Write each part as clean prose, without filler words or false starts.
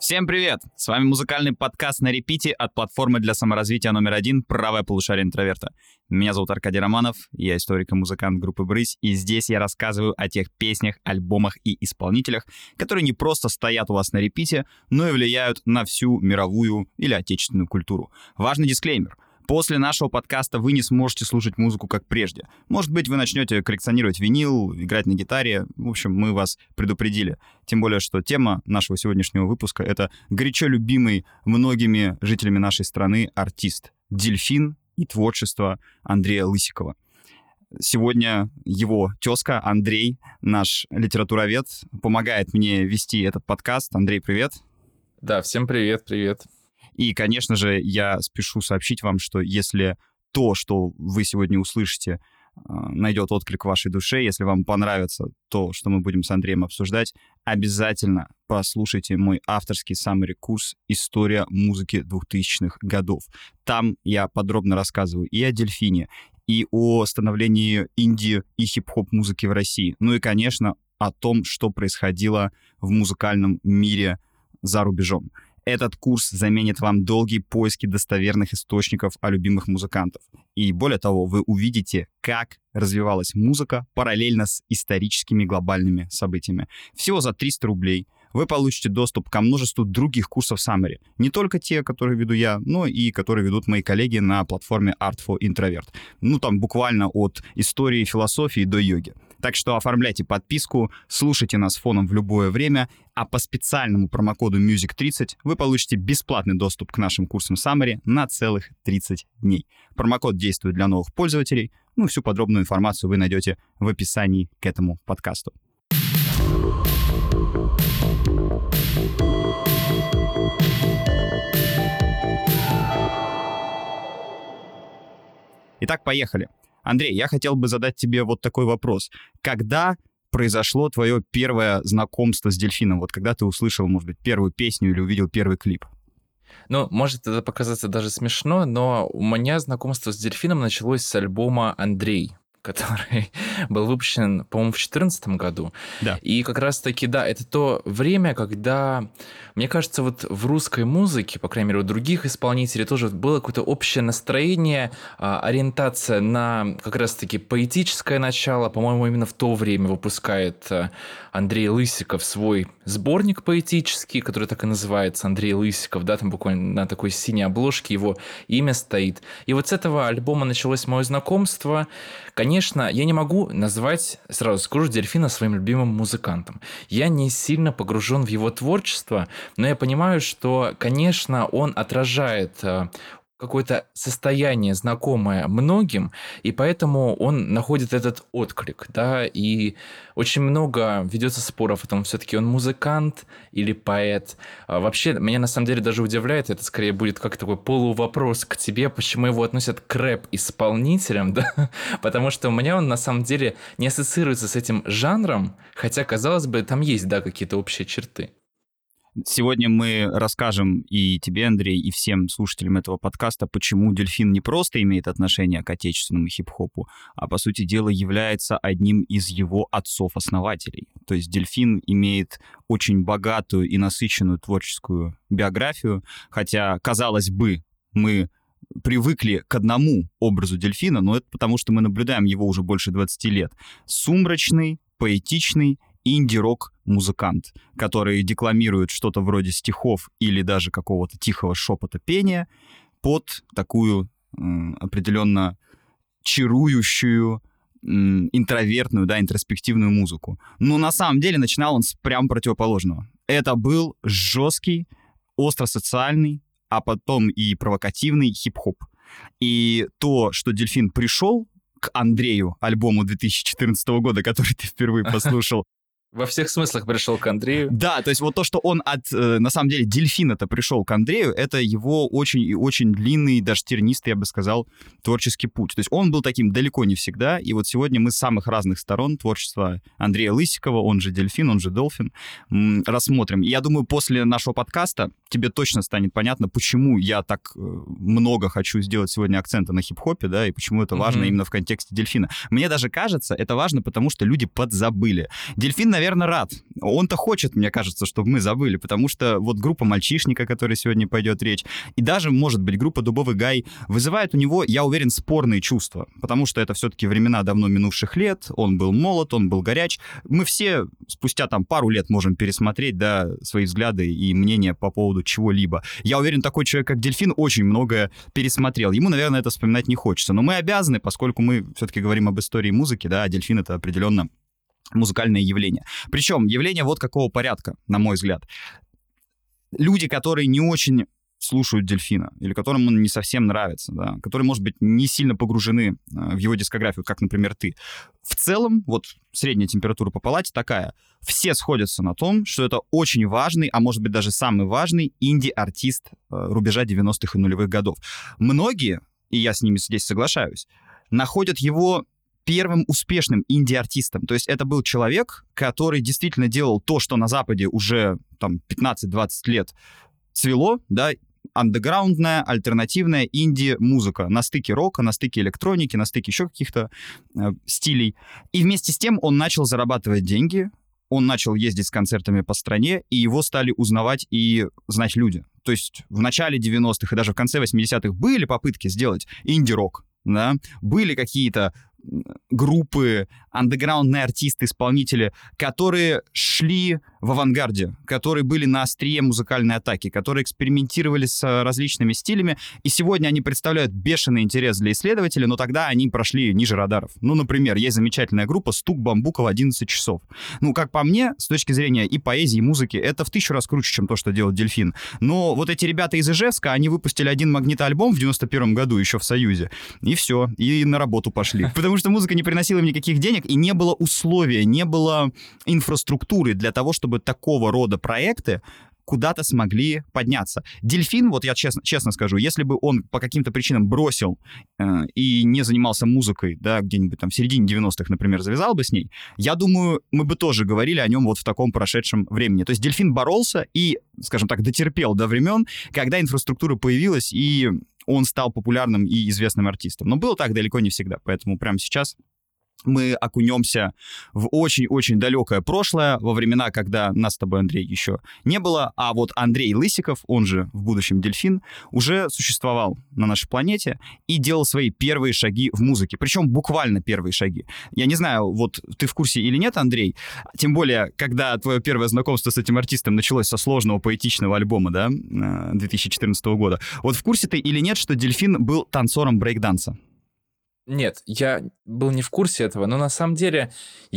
Всем привет! С вами музыкальный подкаст на репите от платформы для саморазвития номер 1 «Правое полушарие интроверта». Меня зовут Аркадий Романов, я историк и музыкант группы «Брысь», и здесь я рассказываю о тех песнях, альбомах и исполнителях, которые не просто стоят у вас на репите, но и влияют на всю мировую или отечественную культуру. Важный дисклеймер. После нашего подкаста вы не сможете слушать музыку как прежде. Может быть, вы начнете коллекционировать винил, играть на гитаре. В общем, мы вас предупредили. Тем более, что тема нашего сегодняшнего выпуска — это горячо любимый многими жителями нашей страны артист «Дельфин» и творчество Андрея Лысикова. Сегодня его тезка Андрей, наш литературовед, помогает мне вести этот подкаст. Андрей, привет. Да, всем привет. И, конечно же, я спешу сообщить вам, что если то, что вы сегодня услышите, найдет отклик в вашей душе, если вам понравится то, что мы будем с Андреем обсуждать, обязательно послушайте мой авторский саммари-курс «История музыки 2000-х годов». Там я подробно рассказываю и о «Дельфине», и о становлении инди и хип-хоп музыки в России, ну и, конечно, о том, что происходило в музыкальном мире за рубежом. Этот курс заменит вам долгие поиски достоверных источников о любимых музыкантов. И более того, вы увидите, как развивалась музыка параллельно с историческими глобальными событиями. Всего за 300 рублей вы получите доступ ко множеству других курсов Summary. Не только те, которые веду я, но и которые ведут мои коллеги на платформе Art for Introvert. Ну, там буквально от истории и философии до йоги. Так что оформляйте подписку, слушайте нас фоном в любое время, а по специальному промокоду MUSIC30 вы получите бесплатный доступ к нашим курсам Summary на целых 30 дней. Промокод действует для новых пользователей. Ну, всю подробную информацию вы найдете в описании к этому подкасту. Итак, поехали. Андрей, я хотел бы задать тебе вот такой вопрос. Когда произошло твое первое знакомство с «Дельфином»? Вот когда ты услышал, может быть, первую песню или увидел первый клип? Ну, может это показаться даже смешно, но у меня знакомство с «Дельфином» началось с альбома «Андрей», который был выпущен, по-моему, в 2014 году. Да. И как раз-таки, да, это то время, когда, мне кажется, вот в русской музыке, по крайней мере, у других исполнителей тоже было какое-то общее настроение, ориентация на как раз-таки поэтическое начало. По-моему, именно в то время выпускает Андрей Лысиков свой сборник поэтический, который так и называется, Андрей Лысиков, да, там буквально на такой синей обложке его имя стоит. И вот с этого альбома началось мое знакомство. Конечно, я не могу назвать, сразу скажу, «Дельфина» своим любимым музыкантом. Я не сильно погружен в его творчество, но я понимаю, что, конечно, он отражает какое-то состояние, знакомое многим, и поэтому он находит этот отклик, да, и очень много ведется споров о том, все-таки он музыкант или поэт. Вообще, меня на самом деле даже удивляет, это скорее будет как такой полувопрос к тебе, почему его относят к рэп-исполнителям, да, потому что у меня он на самом деле не ассоциируется с этим жанром, хотя, казалось бы, там есть, да, какие-то общие черты. Сегодня мы расскажем и тебе, Андрей, и всем слушателям этого подкаста, почему «Дельфин» не просто имеет отношение к отечественному хип-хопу, а, по сути дела, является одним из его отцов-основателей. То есть «Дельфин» имеет очень богатую и насыщенную творческую биографию, хотя, казалось бы, мы привыкли к одному образу «Дельфина», но это потому, что мы наблюдаем его уже больше 20 лет. Сумрачный, поэтичный, инди-рок-музыкант, который декламирует что-то вроде стихов или даже какого-то тихого шепота пения под такую определенно чарующую, интровертную, да, интроспективную музыку. Но на самом деле начинал он с прям противоположного. Это был жесткий, остро-социальный, а потом и провокативный хип-хоп. И то, что «Дельфин» пришел к Андрею, альбому 2014 года, который ты впервые послушал, Во всех смыслах пришел к Андрею. Да, то есть вот то, что он на самом деле, «Дельфина»-то пришел к Андрею, это его очень и очень длинный, даже тернистый, я бы сказал, творческий путь. То есть он был таким далеко не всегда, и вот сегодня мы с самых разных сторон творчества Андрея Лысикова, он же «Дельфин», он же «Долфин», рассмотрим. И я думаю, после нашего подкаста тебе точно станет понятно, почему я так много хочу сделать сегодня акцента на хип-хопе, да, и почему это важно именно в контексте «Дельфина». Мне даже кажется, это важно, потому что люди подзабыли. «Дельфин», наверное, рад Он-то хочет, мне кажется, чтобы мы забыли, потому что вот группа «Мальчишник», о которой сегодня пойдет речь, и даже, может быть, группа «Дубовый гай» вызывает у него, я уверен, спорные чувства, потому что это все-таки времена давно минувших лет, он был молод, он был горяч. Мы все спустя там пару лет можем пересмотреть, да, свои взгляды и мнения по поводу чего-либо. Я уверен, такой человек, как Дельфин, очень многое пересмотрел. Ему, наверное, это вспоминать не хочется, но мы обязаны, поскольку мы все-таки говорим об истории музыки, да, а Дельфин — это определенно музыкальное явление. Причем явление вот какого порядка, на мой взгляд. Люди, которые не очень слушают Дельфина, или которым он не совсем нравится, да, которые, может быть, не сильно погружены в его дискографию, как, например, ты. В целом, вот средняя температура по палате такая. Все сходятся на том, что это очень важный, а может быть, даже самый важный инди-артист рубежа 90-х и нулевых годов. Многие, и я с ними здесь соглашаюсь, находят его первым успешным инди-артистом. То есть это был человек, который действительно делал то, что на Западе уже там 15-20 лет цвело, да, андеграундная, альтернативная инди-музыка на стыке рока, на стыке электроники, на стыке еще каких-то стилей. И вместе с тем он начал зарабатывать деньги, он начал ездить с концертами по стране, и его стали узнавать и знать люди. То есть в начале 90-х и даже в конце 80-х были попытки сделать инди-рок, да? Были какие-то группы, андеграундные артисты, исполнители, которые шли в авангарде, которые были на острие музыкальной атаки, которые экспериментировали с различными стилями, и сегодня они представляют бешеный интерес для исследователей, но тогда они прошли ниже радаров. Ну, например, есть замечательная группа «Стук бамбука в 11 часов». Ну, как по мне, с точки зрения и поэзии, и музыки, это в 1000 раз круче, чем то, что делает Дельфин. Но вот эти ребята из Ижевска, они выпустили один магнитоальбом в 91 году еще в Союзе, и все, и на работу пошли. Потому что музыка не приносила им никаких денег, и не было условия, не было инфраструктуры для того, чтобы такого рода проекты куда-то смогли подняться. Дельфин, вот я честно скажу, если бы он по каким-то причинам бросил и не занимался музыкой, да, где-нибудь там в середине 90-х, например, завязал бы с ней, я думаю, мы бы тоже говорили о нем вот в таком прошедшем времени. То есть Дельфин боролся и, скажем так, дотерпел до времен, когда инфраструктура появилась, и он стал популярным и известным артистом. Но было так далеко не всегда, поэтому прямо сейчас мы окунемся в очень-очень далекое прошлое, во времена, когда нас с тобой, Андрей, еще не было, а вот Андрей Лысиков, он же в будущем Дельфин, уже существовал на нашей планете и делал свои первые шаги в музыке, причем буквально первые шаги. Я не знаю, вот ты в курсе или нет, Андрей, тем более, когда твое первое знакомство с этим артистом началось со сложного поэтичного альбома, да, 2014 года. Вот в курсе ты или нет, что Дельфин был танцором брейк-данса? Нет, я был не в курсе этого, но на самом деле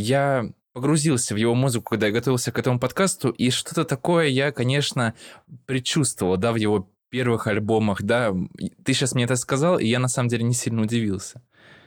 я погрузился в его музыку, когда я готовился к этому подкасту, и что-то такое я, конечно, предчувствовал, да, в его первых альбомах, да. Ты сейчас мне это сказал, и я на самом деле не сильно удивился.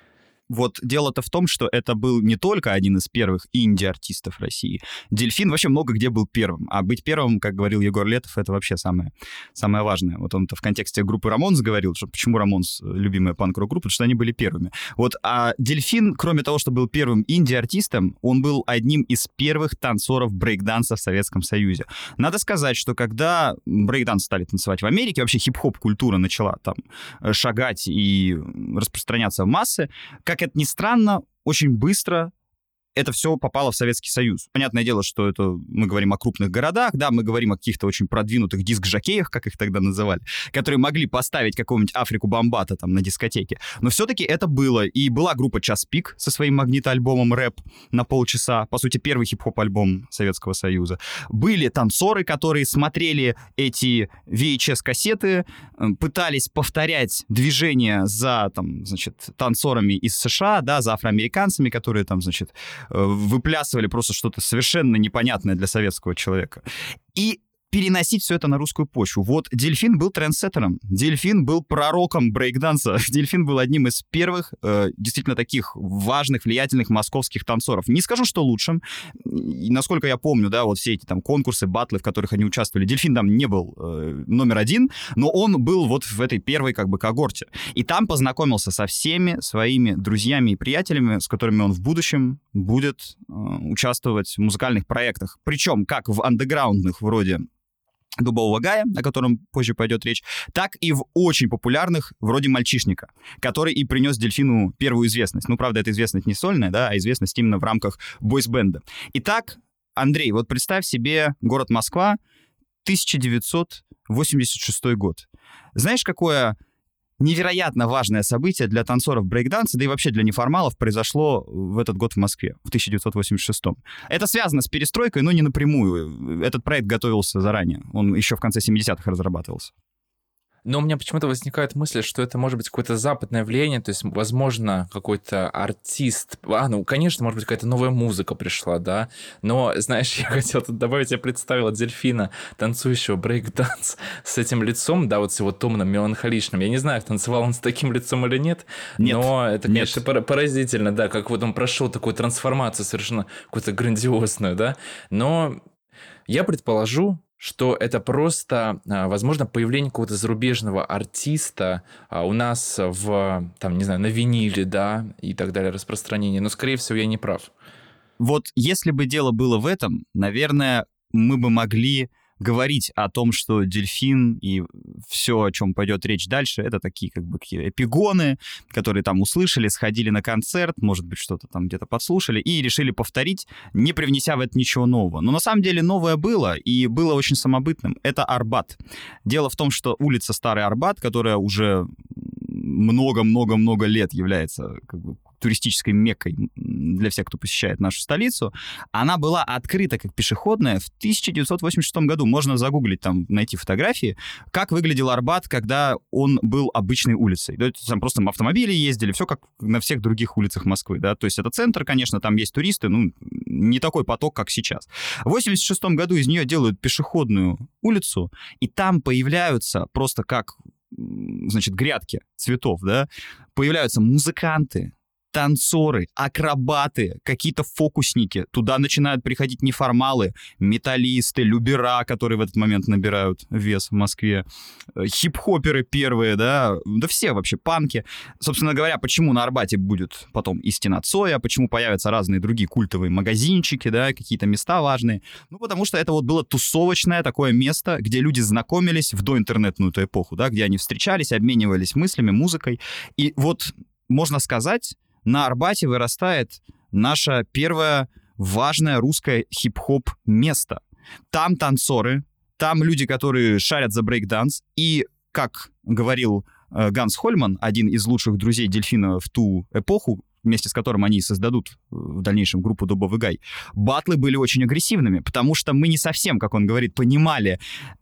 Вот дело-то в том, что это был не только один из первых инди-артистов России. Дельфин вообще много где был первым. А быть первым, как говорил Егор Летов, это вообще самое важное. Вот он-то в контексте группы Рамонс говорил, что почему Рамонс любимая панк-рок-группа, потому что они были первыми. Вот, а Дельфин, кроме того, что был первым инди-артистом, он был одним из первых танцоров брейк-данса в Советском Союзе. Надо сказать, что когда брейк-данс стали танцевать в Америке, вообще хип-хоп-культура начала там шагать и распространяться в массы, как это ни странно, очень быстро это все попало в Советский Союз. Понятное дело, что это мы говорим о крупных городах, да, мы говорим о каких-то очень продвинутых диск-жокеях, как их тогда называли, которые могли поставить какого-нибудь Африку Бамбата там на дискотеке. Но все-таки это было. И была группа «Час пик» со своим магнитоальбомом «Рэп» на полчаса. По сути, первый хип-хоп-альбом Советского Союза. Были танцоры, которые смотрели эти VHS-кассеты, пытались повторять движения за, там, значит, танцорами из США, да, за афроамериканцами, которые там, значит, выплясывали просто что-то совершенно непонятное для советского человека. И переносить все это на русскую почву. Вот Дельфин был трендсеттером, Дельфин был пророком брейкданса, Дельфин был одним из первых действительно таких важных, влиятельных московских танцоров. Не скажу, что лучшим. И, насколько я помню, да, вот все эти там конкурсы, батлы, в которых они участвовали, Дельфин там не был номер один, но он был вот в этой первой как бы когорте. И там познакомился со всеми своими друзьями и приятелями, с которыми он в будущем будет участвовать в музыкальных проектах. Причем как в андеграундных вроде «Дубового гая», о котором позже пойдет речь, так и в очень популярных, вроде «Мальчишника», который и принес Дельфину первую известность. Ну, правда, эта известность не сольная, да, а известность именно в рамках бойс-бенда. Итак, Андрей, вот представь себе город Москва, 1986 год. Знаешь, какое невероятно важное событие для танцоров брейкданса, да и вообще для неформалов произошло в этот год в Москве, в 1986. Это связано с перестройкой, но не напрямую. Этот проект готовился заранее. Он еще в конце 70-х разрабатывался. Но у меня почему-то возникает мысль, что это может быть какое-то западное влияние, то есть, возможно, какой-то артист... ну, конечно, может быть, какая-то новая музыка пришла, да, но, знаешь, я хотел тут добавить, я представил дельфина, танцующего брейк-данс с этим лицом, да, вот с его томным, меланхоличным. Я не знаю, танцевал он с таким лицом или нет, но это, конечно, поразительно, да, как вот он прошел такую трансформацию совершенно какую-то грандиозную, да, но я предположу, что это просто, возможно, появление какого-то зарубежного артиста у нас в, там, не знаю, на виниле, да, и так далее, распространение. Но, скорее всего, я не прав. Вот если бы дело было в этом, наверное, мы бы могли говорить о том, что дельфин и все, о чем пойдет речь дальше, это такие как бы какие-то эпигоны, которые там услышали, сходили на концерт, может быть, что-то там где-то подслушали и решили повторить, не привнеся в это ничего нового. Но на самом деле новое было, и было очень самобытным. Это Арбат. Дело в том, что улица Старый Арбат, которая уже много-много-много лет является как бы туристической меккой для всех, кто посещает нашу столицу, она была открыта как пешеходная в 1986 году. Можно загуглить, там, найти фотографии, как выглядел Арбат, когда он был обычной улицей. То есть там просто автомобили ездили, все как на всех других улицах Москвы, да. То есть это центр, конечно, там есть туристы, ну, не такой поток, как сейчас. В 1986 году из нее делают пешеходную улицу, и там появляются просто как, значит, грядки цветов, да, появляются музыканты, танцоры, акробаты, какие-то фокусники. Туда начинают приходить неформалы, металлисты, любера, которые в этот момент набирают вес в Москве, хип-хоперы первые, да все вообще, панки. Собственно говоря, почему на Арбате будет потом и стена Цоя, почему появятся разные другие культовые магазинчики, да, какие-то места важные. Ну, потому что это вот было тусовочное такое место, где люди знакомились в доинтернетную эпоху, да, где они встречались, обменивались мыслями, музыкой. И вот, можно сказать, на Арбате вырастает наше первое важное русское хип-хоп место. Там танцоры, там люди, которые шарят за брейк-данс. И, как говорил Ганс Хольман, один из лучших друзей дельфина в ту эпоху, вместе с которым они создадут в дальнейшем группу Дубовый Гай, батлы были очень агрессивными, потому что мы не совсем, как он говорит, понимали,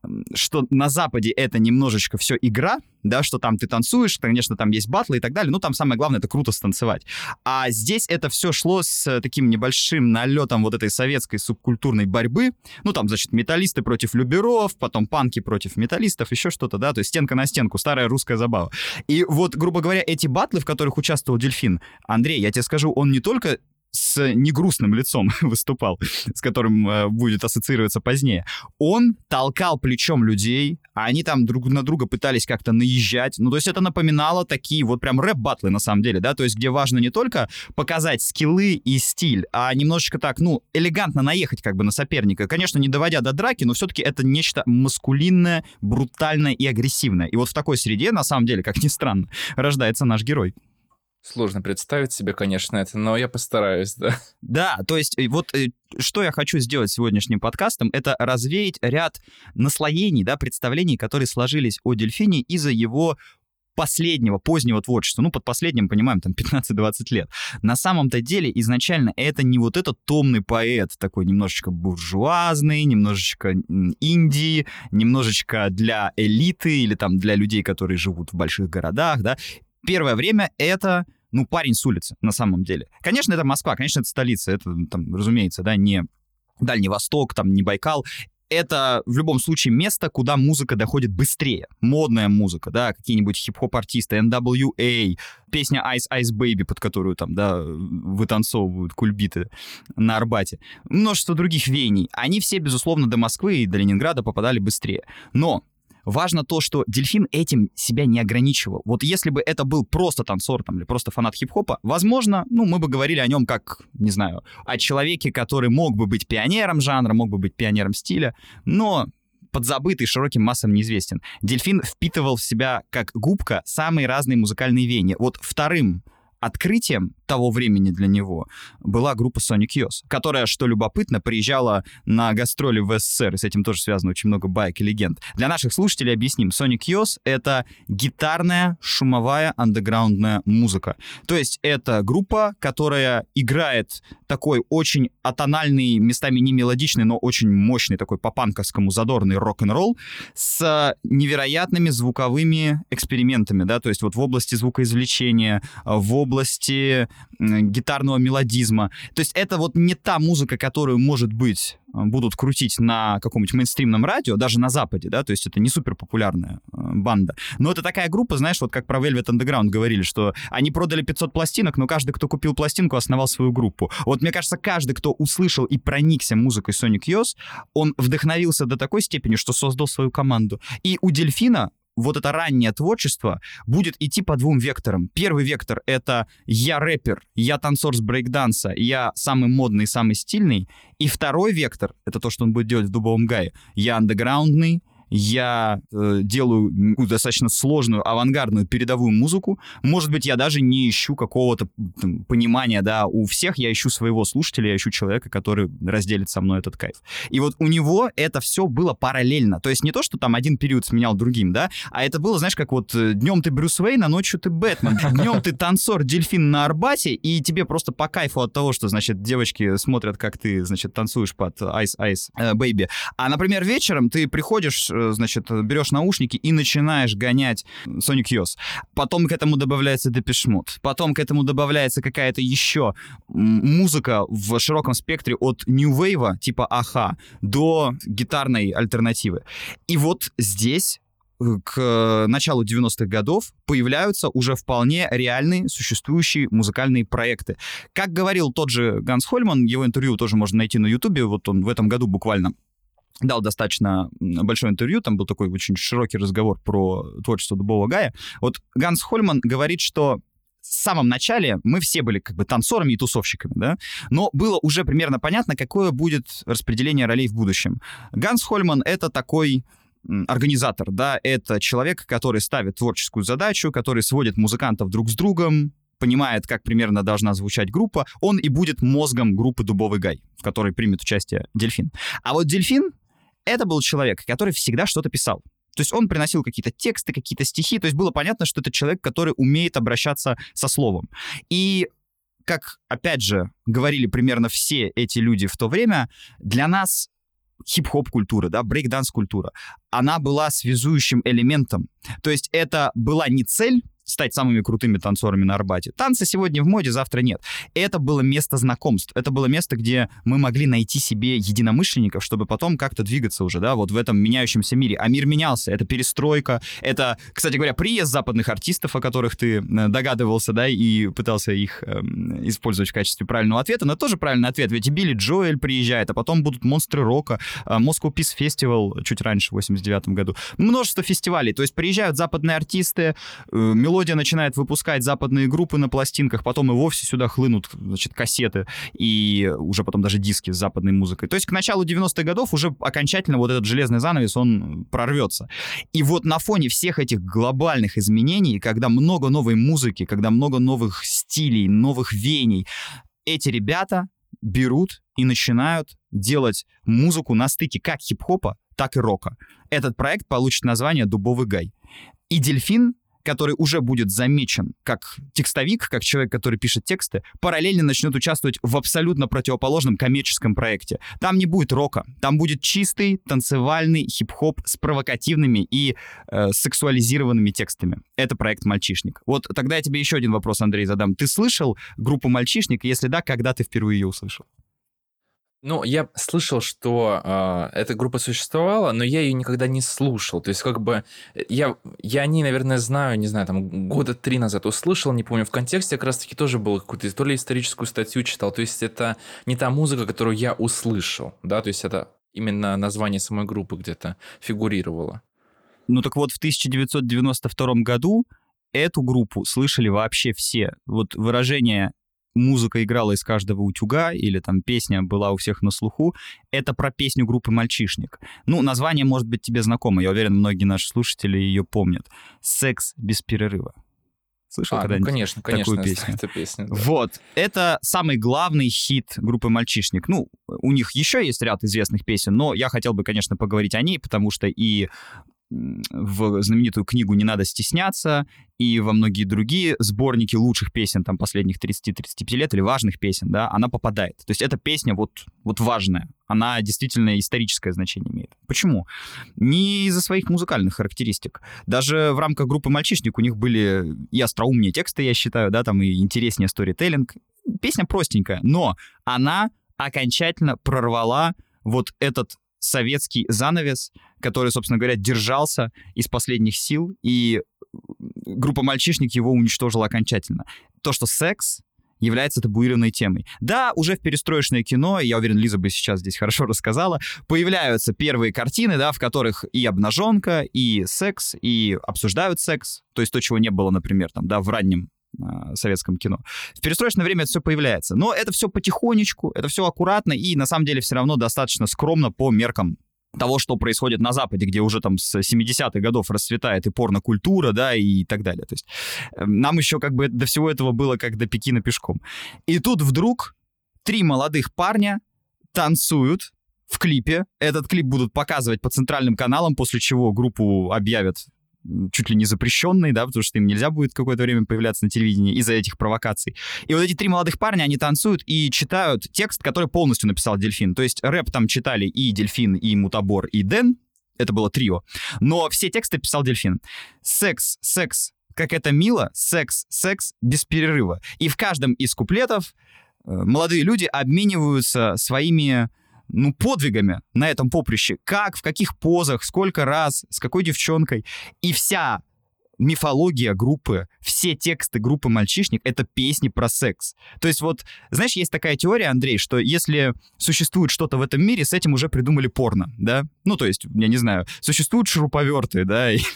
что на Западе это немножечко все игра, да, что там ты танцуешь, конечно, там есть батлы и так далее, но там самое главное — это круто станцевать. А здесь это все шло с таким небольшим налетом вот этой советской субкультурной борьбы. Ну, там, значит, металлисты против люберов, потом панки против металлистов, еще что-то, да, то есть стенка на стенку, старая русская забава. И вот, грубо говоря, эти батлы, в которых участвовал Дельфин, Андрей, я тебе скажу, он не только с негрустным лицом выступал, с которым будет ассоциироваться позднее. Он толкал плечом людей, а они там друг на друга пытались как-то наезжать. Ну, то есть это напоминало такие вот прям рэп-баттлы, на самом деле, да, то есть где важно не только показать скиллы и стиль, а немножечко так, ну, элегантно наехать как бы на соперника. Конечно, не доводя до драки, но все-таки это нечто маскулинное, брутальное и агрессивное. И вот в такой среде, на самом деле, как ни странно, рождается наш герой. Сложно представить себе, конечно, это, но я постараюсь, да. Да, то есть вот что я хочу сделать сегодняшним подкастом, это развеять ряд наслоений, да, представлений, которые сложились о дельфине из-за его последнего, позднего творчества. Ну, под последним, понимаем, там 15-20 лет. На самом-то деле, изначально это не вот этот томный поэт, такой немножечко буржуазный, немножечко инди, немножечко для элиты или там для людей, которые живут в больших городах, да. Первое время это, ну, парень с улицы, на самом деле. Конечно, это Москва, конечно, это столица, это, там, разумеется, да, не Дальний Восток, там, не Байкал. Это, в любом случае, место, куда музыка доходит быстрее. Модная музыка, да, какие-нибудь хип-хоп-артисты, NWA, песня Ice Ice Baby, под которую там, да, вытанцовывают кульбиты на Арбате. Множество других веяний. Они все, безусловно, до Москвы и до Ленинграда попадали быстрее. Но важно то, что Дельфин этим себя не ограничивал. Вот если бы это был просто танцор там, или просто фанат хип-хопа, возможно, ну, мы бы говорили о нем как, не знаю, о человеке, который мог бы быть пионером жанра, мог бы быть пионером стиля, но подзабытый широким массам неизвестен. Дельфин впитывал в себя, как губка, самые разные музыкальные веяния. Вот вторым открытием того времени для него была группа Sonic Youth, которая, что любопытно, приезжала на гастроли в СССР, и с этим тоже связано очень много баек и легенд. Для наших слушателей объясним. Sonic Youth — это гитарная, шумовая, андеграундная музыка. То есть это группа, которая играет такой очень атональный, местами не мелодичный, но очень мощный такой по-панковскому задорный рок-н-ролл с невероятными звуковыми экспериментами, да, то есть вот в области звукоизвлечения, в области гитарного мелодизма. То есть это вот не та музыка, которую, может быть, будут крутить на каком-нибудь мейнстримном радио, даже на Западе, да, то есть это не супер популярная банда. Но это такая группа, знаешь, вот как про Velvet Underground говорили, что они продали 500 пластинок, но каждый, кто купил пластинку, основал свою группу. Вот мне кажется, каждый, кто услышал и проникся музыкой Sonic Youth, он вдохновился до такой степени, что создал свою команду. И у Дельфина вот это раннее творчество будет идти по двум векторам. Первый вектор — это я рэпер, я танцор с брейкданса, я самый модный, самый стильный. И второй вектор — это то, что он будет делать в Дубовом Гае. Я андеграундный, я делаю достаточно сложную, авангардную, передовую музыку. Может быть, я даже не ищу какого-то понимания, да, у всех. Я ищу своего слушателя, я ищу человека, который разделит со мной этот кайф. И вот у него это все было параллельно. То есть не то, что там один период сменял другим, да, а это было, знаешь, как вот днем ты Брюс Уэйн, а ночью ты Бэтмен. Днем ты танцор, дельфин на Арбате, и тебе просто по кайфу от того, что, значит, девочки смотрят, как ты, значит, танцуешь под Ice Ice Baby. А, например, вечером ты приходишь, значит, берешь наушники и начинаешь гонять Sonic Youth. Потом к этому добавляется Depeche Mode. Потом к этому добавляется какая-то еще музыка в широком спектре от New Wave, типа Аха, до гитарной альтернативы. И вот здесь к началу 90-х годов появляются уже вполне реальные существующие музыкальные проекты. Как говорил тот же Ганс Хольман, его интервью тоже можно найти на Ютубе, вот он в этом году буквально дал достаточно большое интервью, там был такой очень широкий разговор про творчество Дубового Гая. Вот Ганс Хольман говорит, что в самом начале мы все были как бы танцорами и тусовщиками, да, но было уже примерно понятно, какое будет распределение ролей в будущем. Ганс Хольман — это такой организатор, да, это человек, который ставит творческую задачу, который сводит музыкантов друг с другом, понимает, как примерно должна звучать группа, он и будет мозгом группы Дубовый Гай, в которой примет участие Дельфин. А вот Дельфин — это был человек, который всегда что-то писал. То есть он приносил какие-то тексты, какие-то стихи, то есть было понятно, что это человек, который умеет обращаться со словом. И как, опять же, говорили примерно все эти люди в то время, для нас хип-хоп-культура, да, брейк-данс-культура, она была связующим элементом. То есть это была не цель стать самыми крутыми танцорами на Арбате. Танцы сегодня в моде, завтра нет. Это было место знакомств. Это было место, где мы могли найти себе единомышленников, чтобы потом как-то двигаться уже, да, вот в этом меняющемся мире. А мир менялся. Это перестройка. Это, кстати говоря, приезд западных артистов, о которых ты догадывался, да, и пытался их использовать в качестве правильного ответа. Но это тоже правильный ответ. Ведь и Билли Джоэль приезжает, а потом будут монстры рока, Moscow Peace Festival чуть раньше, в 89 году. Множество фестивалей. То есть приезжают западные артисты, мелодия начинает выпускать западные группы на пластинках, потом и вовсе сюда хлынут, значит, кассеты и уже потом даже диски с западной музыкой. То есть к началу 90-х годов уже окончательно вот этот железный занавес, он прорвется. И вот на фоне всех этих глобальных изменений, когда много новой музыки, когда много новых стилей, новых веяний, эти ребята берут и начинают делать музыку на стыке как хип-хопа, так и рока. Этот проект получит название «Дубовый Гай». И Дельфин, который уже будет замечен как текстовик, как человек, который пишет тексты, параллельно начнет участвовать в абсолютно противоположном коммерческом проекте. Там не будет рока, там будет чистый танцевальный хип-хоп с провокативными и сексуализированными текстами. Это проект «Мальчишник». Вот тогда я тебе еще один вопрос, Андрей, задам. Ты слышал группу «Мальчишник»? Если да, когда ты впервые ее услышал? Ну, я слышал, что эта группа существовала, но я ее никогда не слушал. То есть, как бы, я о ней, наверное, знаю, не знаю, там, года 3 назад услышал, не помню, в контексте как раз-таки тоже было какую-то, то ли историческую статью читал, то есть, это не та музыка, которую я услышал, да, то есть, это именно название самой группы где-то фигурировало. Ну, так вот, в 1992 году эту группу слышали вообще все. Вот выражение «музыка играла из каждого утюга» или там «песня была у всех на слуху» — это про песню группы «Мальчишник». Ну, название, может быть, тебе знакомо, я уверен, многие наши слушатели ее помнят. «Секс без перерыва». Слышал Ну, когда-нибудь конечно, такую песню? эта песня, да. Вот, это самый главный хит группы «Мальчишник». Ну, у них еще есть ряд известных песен, но я хотел бы, конечно, поговорить о ней, потому что и в знаменитую книгу «Не надо стесняться», и во многие другие сборники лучших песен там последних 30-35 лет или важных песен, да, она попадает. То есть эта песня вот важная. Она действительно историческое значение имеет. Почему? Не из-за своих музыкальных характеристик. Даже в рамках группы «Мальчишник» у них были и остроумнее тексты, я считаю, да, там и интереснее сторителлинг. Песня простенькая, но она окончательно прорвала вот этот советский занавес, который, собственно говоря, держался из последних сил, и группа «Мальчишник» его уничтожила окончательно. То, что секс является табуированной темой. Да, уже в перестроечное кино, я уверен, Лиза бы сейчас здесь хорошо рассказала, появляются первые картины, да, в которых и обнаженка, и секс, и обсуждают секс, то есть то, чего не было, например, там, да, в раннем советском кино. В перестроечное время это все появляется. Но это все потихонечку, это все аккуратно и, на самом деле, все равно достаточно скромно по меркам того, что происходит на Западе, где уже там с 70-х годов расцветает и порнокультура, да, и так далее. То есть нам еще как бы до всего этого было как до Пекина пешком. И тут вдруг 3 молодых парня танцуют в клипе. Этот клип будут показывать по центральным каналам, после чего группу объявят чуть ли не запрещенной, да, потому что им нельзя будет какое-то время появляться на телевидении из-за этих провокаций. И вот эти 3 молодых парня, они танцуют и читают текст, который полностью написал Дельфин. То есть рэп там читали и Дельфин, и Мутабор, и Дэн. Это было трио. Но все тексты писал Дельфин. Секс, секс, как это мило, секс, секс, без перерыва. И в каждом из куплетов молодые люди обмениваются своими подвигами на этом поприще. Как, в каких позах, сколько раз, с какой девчонкой. И вся мифология группы, все тексты группы «Мальчишник» — это песни про секс. То есть вот, знаешь, есть такая теория, Андрей, что если существует что-то в этом мире, с этим уже придумали порно, да? Ну, то есть, я не знаю, существуют шуруповерты, да, и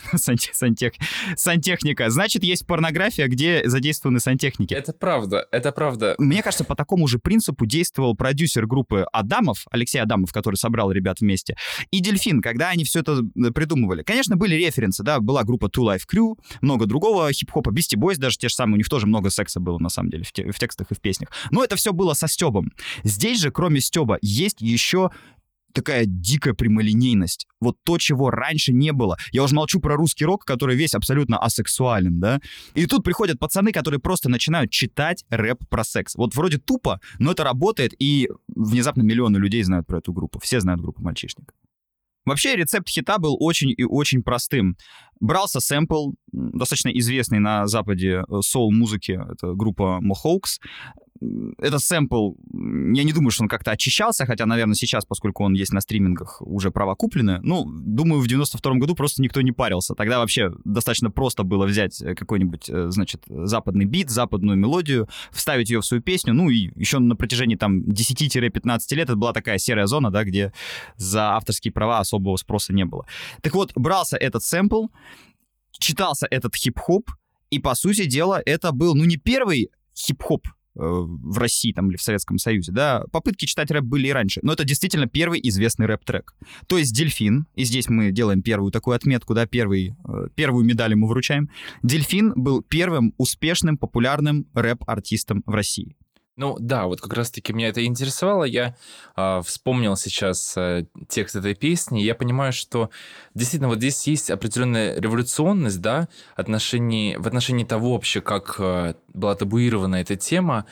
сантехника. Значит, есть порнография, где задействованы сантехники. Это правда, это правда. Мне кажется, по такому же принципу действовал продюсер группы Адамов, Алексей Адамов, который собрал ребят вместе, и Дельфин, когда они все это придумывали. Конечно, были референсы, да, была группа Two Life Crew, много другого хип-хопа, Beastie Boys даже те же самые, у них тоже много секса было, на самом деле, в текстах и в песнях. Но это все было со стёбом. Здесь же, кроме стёба, есть еще такая дикая прямолинейность. Вот то, чего раньше не было. Я уже молчу про русский рок, который весь абсолютно асексуален, да? И тут приходят пацаны, которые просто начинают читать рэп про секс. Вот вроде тупо, но это работает, и внезапно миллионы людей знают про эту группу. Все знают группу «Мальчишник». Вообще рецепт хита был очень и очень простым. Брался сэмпл, достаточно известный на Западе соул-музыки, это группа Mohawks. Этот сэмпл, я не думаю, что он как-то очищался, хотя, наверное, сейчас, поскольку он есть на стримингах, уже права куплены. Ну, думаю, в 92-м году просто никто не парился. Тогда вообще достаточно просто было взять какой-нибудь, значит, западный бит, западную мелодию, вставить ее в свою песню. Ну, и еще на протяжении там 10-15 лет это была такая серая зона, да, где за авторские права особого спроса не было. Так вот, брался этот сэмпл, читался этот хип-хоп, и, по сути дела, это был, не первый хип-хоп в России там, или в Советском Союзе, да, попытки читать рэп были и раньше, но это действительно первый известный рэп-трек. То есть Дельфин, и здесь мы делаем первую такую отметку, да, первую медаль ему вручаем, Дельфин был первым успешным, популярным рэп-артистом в России. Ну да, вот как раз-таки меня это интересовало. Я вспомнил сейчас текст этой песни. Я понимаю, что действительно вот здесь есть определенная революционность, да, в отношении того вообще, как была табуирована эта тема.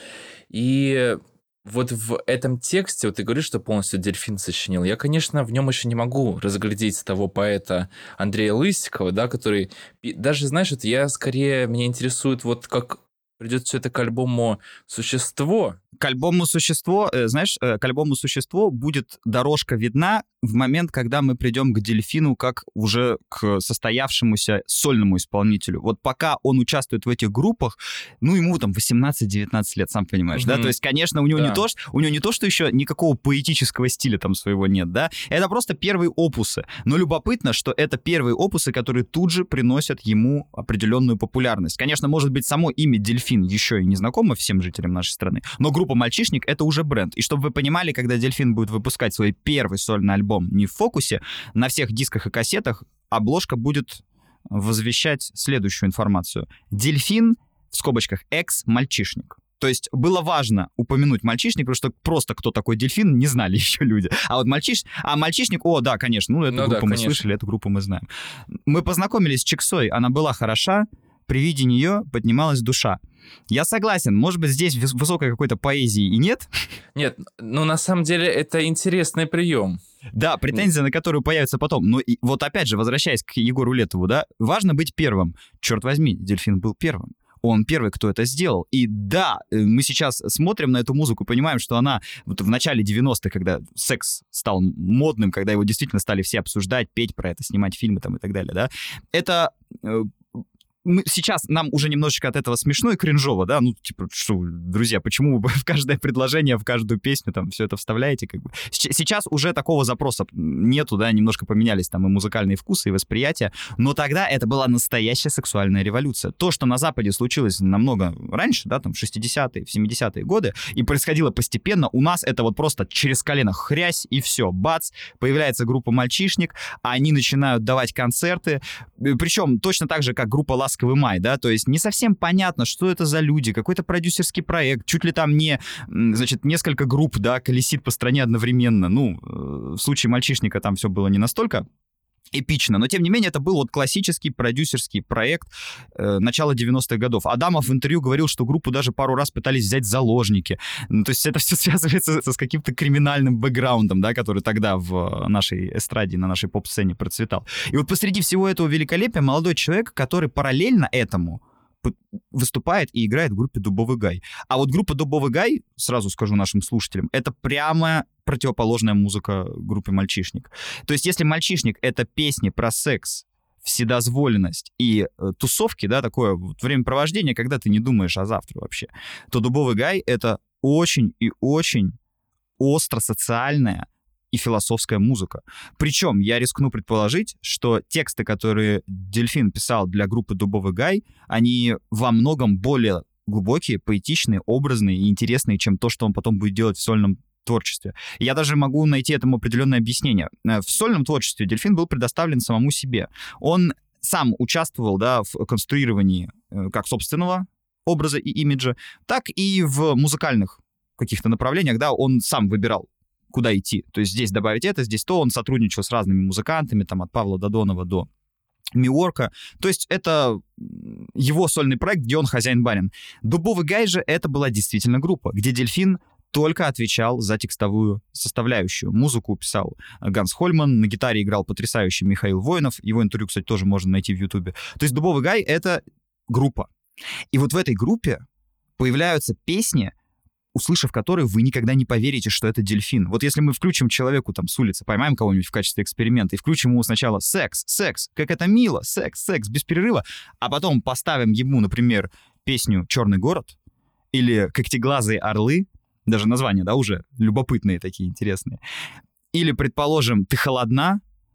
И вот в этом тексте, вот ты говоришь, что полностью Дельфин сочинил. Я, конечно, в нем еще не могу разглядеть того поэта Андрея Лысикова, да, который... Даже, знаешь, вот меня интересует вот как придет все это к альбому «Существо». К альбому «Существо», знаешь, к альбому «Существо» будет дорожка видна в момент, когда мы придем к Дельфину как уже к состоявшемуся сольному исполнителю. Вот пока он участвует в этих группах, ему там 18-19 лет, сам понимаешь, да? То есть, конечно, у него не то, что еще никакого поэтического стиля там своего нет, да? Это просто первые опусы. Но любопытно, что это первые опусы, которые тут же приносят ему определенную популярность. Конечно, может быть, само имя Дельфин еще и не знакомо всем жителям нашей страны, но группа «Мальчишник» — это уже бренд. И чтобы вы понимали, когда Дельфин будет выпускать свой первый сольный альбом не в фокусе, на всех дисках и кассетах обложка будет возвещать следующую информацию. Дельфин в скобочках, экс-мальчишник. То есть было важно упомянуть мальчишник, потому что просто кто такой Дельфин, не знали еще люди. А вот мальчишник, о, да, конечно, ну, эту группу мы слышали, эту группу мы знаем. Мы познакомились с Чиксой, она была хороша, при виде нее поднималась душа. Я согласен, может быть, здесь высокой какой-то поэзии и нет. Нет, ну, на самом деле, это интересный прием. Да, претензия, на которую появится потом. Но и вот опять же, возвращаясь к Егору Летову, да, важно быть первым. Черт возьми, Дельфин был первым. Он первый, кто это сделал. И да, мы сейчас смотрим на эту музыку, понимаем, что она вот в начале 90-х, когда секс стал модным, когда его действительно стали все обсуждать, петь про это, снимать фильмы там и так далее, да, это... Сейчас нам уже немножечко от этого смешно и кринжово, да, ну, типа, что, друзья, почему вы в каждое предложение, в каждую песню там все это вставляете, как бы. Сейчас уже такого запроса нету, да, немножко поменялись там и музыкальные вкусы, и восприятия, но тогда это была настоящая сексуальная революция. То, что на Западе случилось намного раньше, да, там, в 60-е, в 70-е годы, и происходило постепенно, у нас это вот просто через колено хрясь, и все, бац, появляется группа «Мальчишник», они начинают давать концерты, причем точно так же, как группа «Ласковый май», да, то есть не совсем понятно, что это за люди, какой-то продюсерский проект, чуть ли там не, значит, несколько групп, да, колесит по стране одновременно. Ну, в случае «Мальчишника» там все было не настолько эпично, но тем не менее это был вот классический продюсерский проект начала 90-х годов. Адамов в интервью говорил, что группу даже пару раз пытались взять в заложники. Ну, то есть это все связывается с каким-то криминальным бэкграундом, да, который тогда в нашей эстраде, на нашей поп-сцене процветал. И вот посреди всего этого великолепия молодой человек, который параллельно этому выступает и играет в группе «Дубовый гай». А вот группа «Дубовый гай», сразу скажу нашим слушателям, это прямо противоположная музыка группе «Мальчишник». То есть если «Мальчишник» — это песни про секс, вседозволенность и тусовки, да, такое вот времяпровождение, когда ты не думаешь о завтра вообще, то «Дубовый гай» — это очень и очень остро социальная и философская музыка. Причем я рискну предположить, что тексты, которые Дельфин писал для группы «Дубовый гай», они во многом более глубокие, поэтичные, образные и интересные, чем то, что он потом будет делать в сольном творчестве. Я даже могу найти этому определенное объяснение. В сольном творчестве Дельфин был предоставлен самому себе. Он сам участвовал, да, в конструировании как собственного образа и имиджа, так и в музыкальных каких-то направлениях, да, он сам выбирал, куда идти. То есть здесь добавить это, здесь то. Он сотрудничал с разными музыкантами, там, от Павла Додонова до Миорка. То есть это его сольный проект, где он хозяин-барин. «Дубовый гай» же это была действительно группа, где Дельфин только отвечал за текстовую составляющую. Музыку писал Ганс Хольман, на гитаре играл потрясающий Михаил Воинов. Его интервью, кстати, тоже можно найти в Ютубе. То есть «Дубовый гай» — это группа. И вот в этой группе появляются песни, услышав которые, вы никогда не поверите, что это Дельфин. Вот если мы включим человеку там с улицы, поймаем кого-нибудь в качестве эксперимента и включим ему сначала секс, как это мило, секс, без перерыва, а потом поставим ему, например, песню «Черный город» или «Когтеглазые орлы», даже названия, да, уже любопытные такие, интересные. Или, предположим, «Ты холодна»,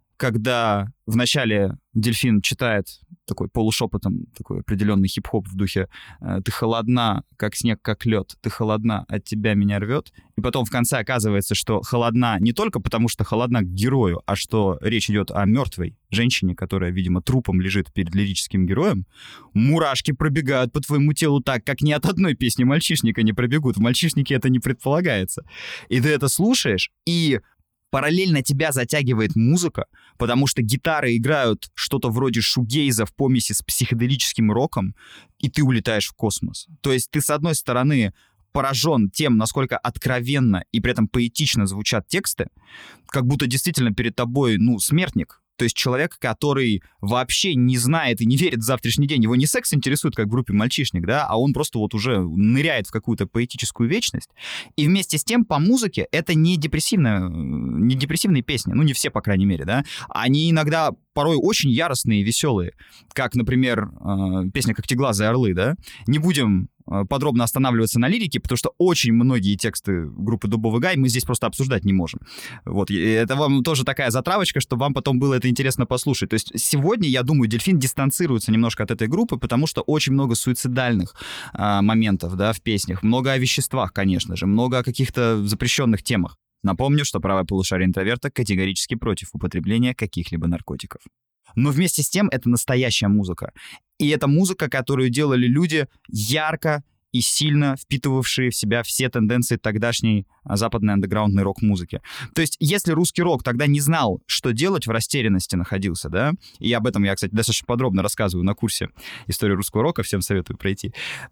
когда вначале Дельфин читает такой полушепотом такой определенный хип-хоп в духе «Ты холодна, как снег, как лед, ты холодна, от тебя меня рвет». И потом в конце оказывается, что холодна не только потому, что холодна к герою, а что речь идет о мертвой женщине, которая, видимо, трупом лежит перед лирическим героем. Мурашки пробегают по твоему телу так, как ни от одной песни «Мальчишника» не пробегут. В «Мальчишнике» это не предполагается. И ты это слушаешь, и параллельно тебя затягивает музыка, потому что гитары играют что-то вроде шугейза в помеси с психоделическим роком, и ты улетаешь в космос. То есть ты, с одной стороны, поражен тем, насколько откровенно и при этом поэтично звучат тексты, как будто действительно перед тобой, ну, смертник. То есть человек, который вообще не знает и не верит в завтрашний день. Его не секс интересует, как в группе «Мальчишник», да, а он просто вот уже ныряет в какую-то поэтическую вечность. И вместе с тем по музыке это не депрессивные песни, ну не все, по крайней мере, да. Они иногда порой очень яростные и веселые, как, например, песня «Когтеглазые орлы», да. Не будем подробно останавливаться на лирике, потому что очень многие тексты группы «Дубовый гай» мы здесь просто обсуждать не можем. Вот, и это вам тоже такая затравочка, чтобы вам потом было это интересно послушать. То есть сегодня, я думаю, Дельфин дистанцируется немножко от этой группы, потому что очень много суицидальных моментов, да, в песнях, много о веществах, конечно же, много о каких-то запрещенных темах. Напомню, что правое полушарие интроверта категорически против употребления каких-либо наркотиков. Но вместе с тем это настоящая музыка. И это музыка, которую делали люди ярко и сильно впитывавшие в себя все тенденции тогдашней западной андеграундной рок-музыки. То есть, если русский рок тогда не знал, что делать, в растерянности находился, да, и об этом я, кстати, достаточно подробно рассказываю на курсе «История русского рока», всем советую пройти.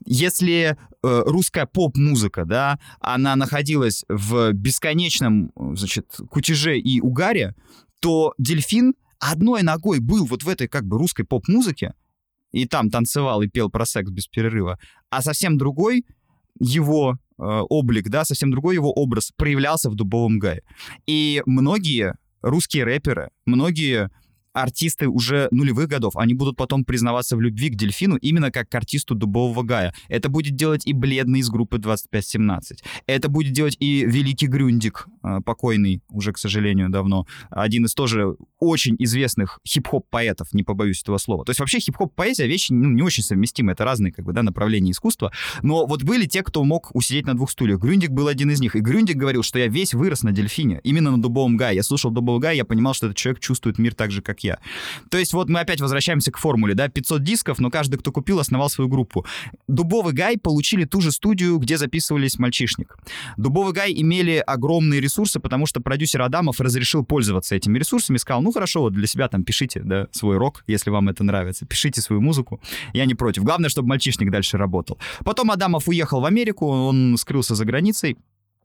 Если русская поп-музыка, да, она находилась в бесконечном, значит, кутеже и угаре, то «Дельфин» одной ногой был вот в этой как бы русской поп-музыке, и там танцевал и пел про секс без перерыва, а совсем другой его облик, да, совсем другой его образ проявлялся в «Дубовом гае». И многие русские рэперы, многие артисты уже нулевых годов, они будут потом признаваться в любви к «Дельфину» именно как к артисту «Дубового гая». Это будет делать и Бледный из группы 2517. Это будет делать и великий Грюндик, покойный уже, к сожалению, давно. Один из тоже очень известных хип-хоп-поэтов, не побоюсь этого слова. То есть вообще хип-хоп-поэзия вещи не очень совместимы. Это разные как бы, да, направления искусства. Но вот были те, кто мог усидеть на двух стульях. Грюндик был один из них. И Грюндик говорил, что я весь вырос на «Дельфине». Именно на «Дубовом гае». Я слушал «Дубовый гай», я понимал, что этот человек чувствует мир так же, как я. То есть вот мы опять возвращаемся к формуле, да, 500 дисков, но каждый, кто купил, основал свою группу. «Дубовый гай» получили ту же студию, где записывались «Мальчишник». «Дубовый гай» имели огромные ресурсы, потому что продюсер Адамов разрешил пользоваться этими ресурсами, сказал, ну хорошо, вот для себя там пишите, да, свой рок, если вам это нравится, пишите свою музыку, я не против. Главное, чтобы «Мальчишник» дальше работал. Потом Адамов уехал в Америку, он скрылся за границей.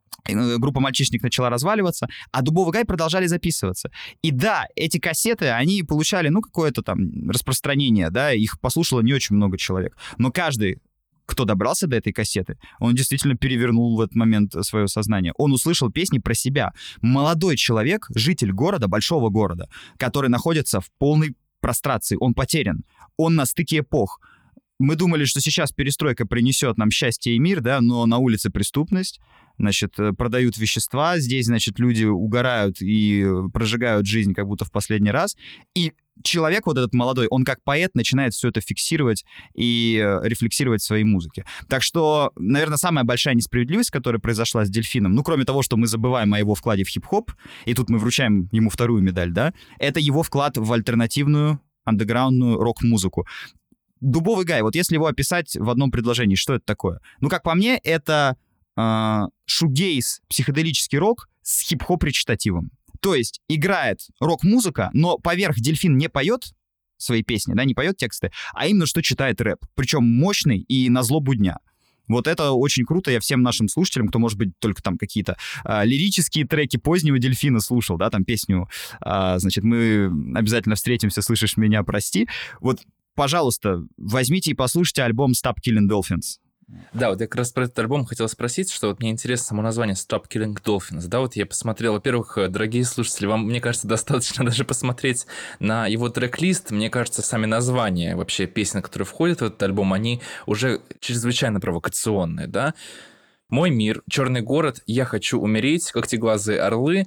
Группа «Мальчишник» начала разваливаться, а «Дубовый гай» продолжали записываться. И да, эти кассеты, они получали, ну, какое-то там распространение, да, их послушало не очень много человек. Но каждый, кто добрался до этой кассеты, он действительно перевернул в этот момент свое сознание. Он услышал песни про себя. Молодой человек, житель города, большого города, который находится в полной прострации, он потерян, он на стыке эпох. Мы думали, что сейчас перестройка принесет нам счастье и мир, да, но на улице преступность, значит, продают вещества, здесь, значит, люди угорают и прожигают жизнь как будто в последний раз. И человек вот этот молодой, он как поэт начинает все это фиксировать и рефлексировать в своей музыке. Так что, наверное, самая большая несправедливость, которая произошла с «Дельфином», ну, кроме того, что мы забываем о его вкладе в хип-хоп, и тут мы вручаем ему вторую медаль, да, это его вклад в альтернативную андеграундную рок-музыку. «Дубовый гай», вот если его описать в одном предложении, что это такое? Ну, как по мне, это шугейз, психоделический рок с хип-хоп-речитативом. То есть играет рок-музыка, но поверх «Дельфин» не поет свои песни, да, не поет тексты, а именно что читает рэп. Причем мощный и назло будня. Вот это очень круто. Я всем нашим слушателям, кто, может быть, только там какие-то лирические треки позднего «Дельфина» слушал, да, там песню, значит, «Мы обязательно встретимся, слышишь меня, прости». Вот, пожалуйста, возьмите и послушайте альбом «Stop Killing Dolphins». Да, вот я как раз про этот альбом хотел спросить, что вот мне интересно само название «Stop Killing Dolphins». Да, вот я посмотрел, во-первых, дорогие слушатели, вам, мне кажется, достаточно даже посмотреть на его трек-лист. Мне кажется, сами названия вообще песен, которые входят в этот альбом, они уже чрезвычайно провокационные, да. «Мой мир», «Черный город», «Я хочу умереть», «Когтеглазые орлы»,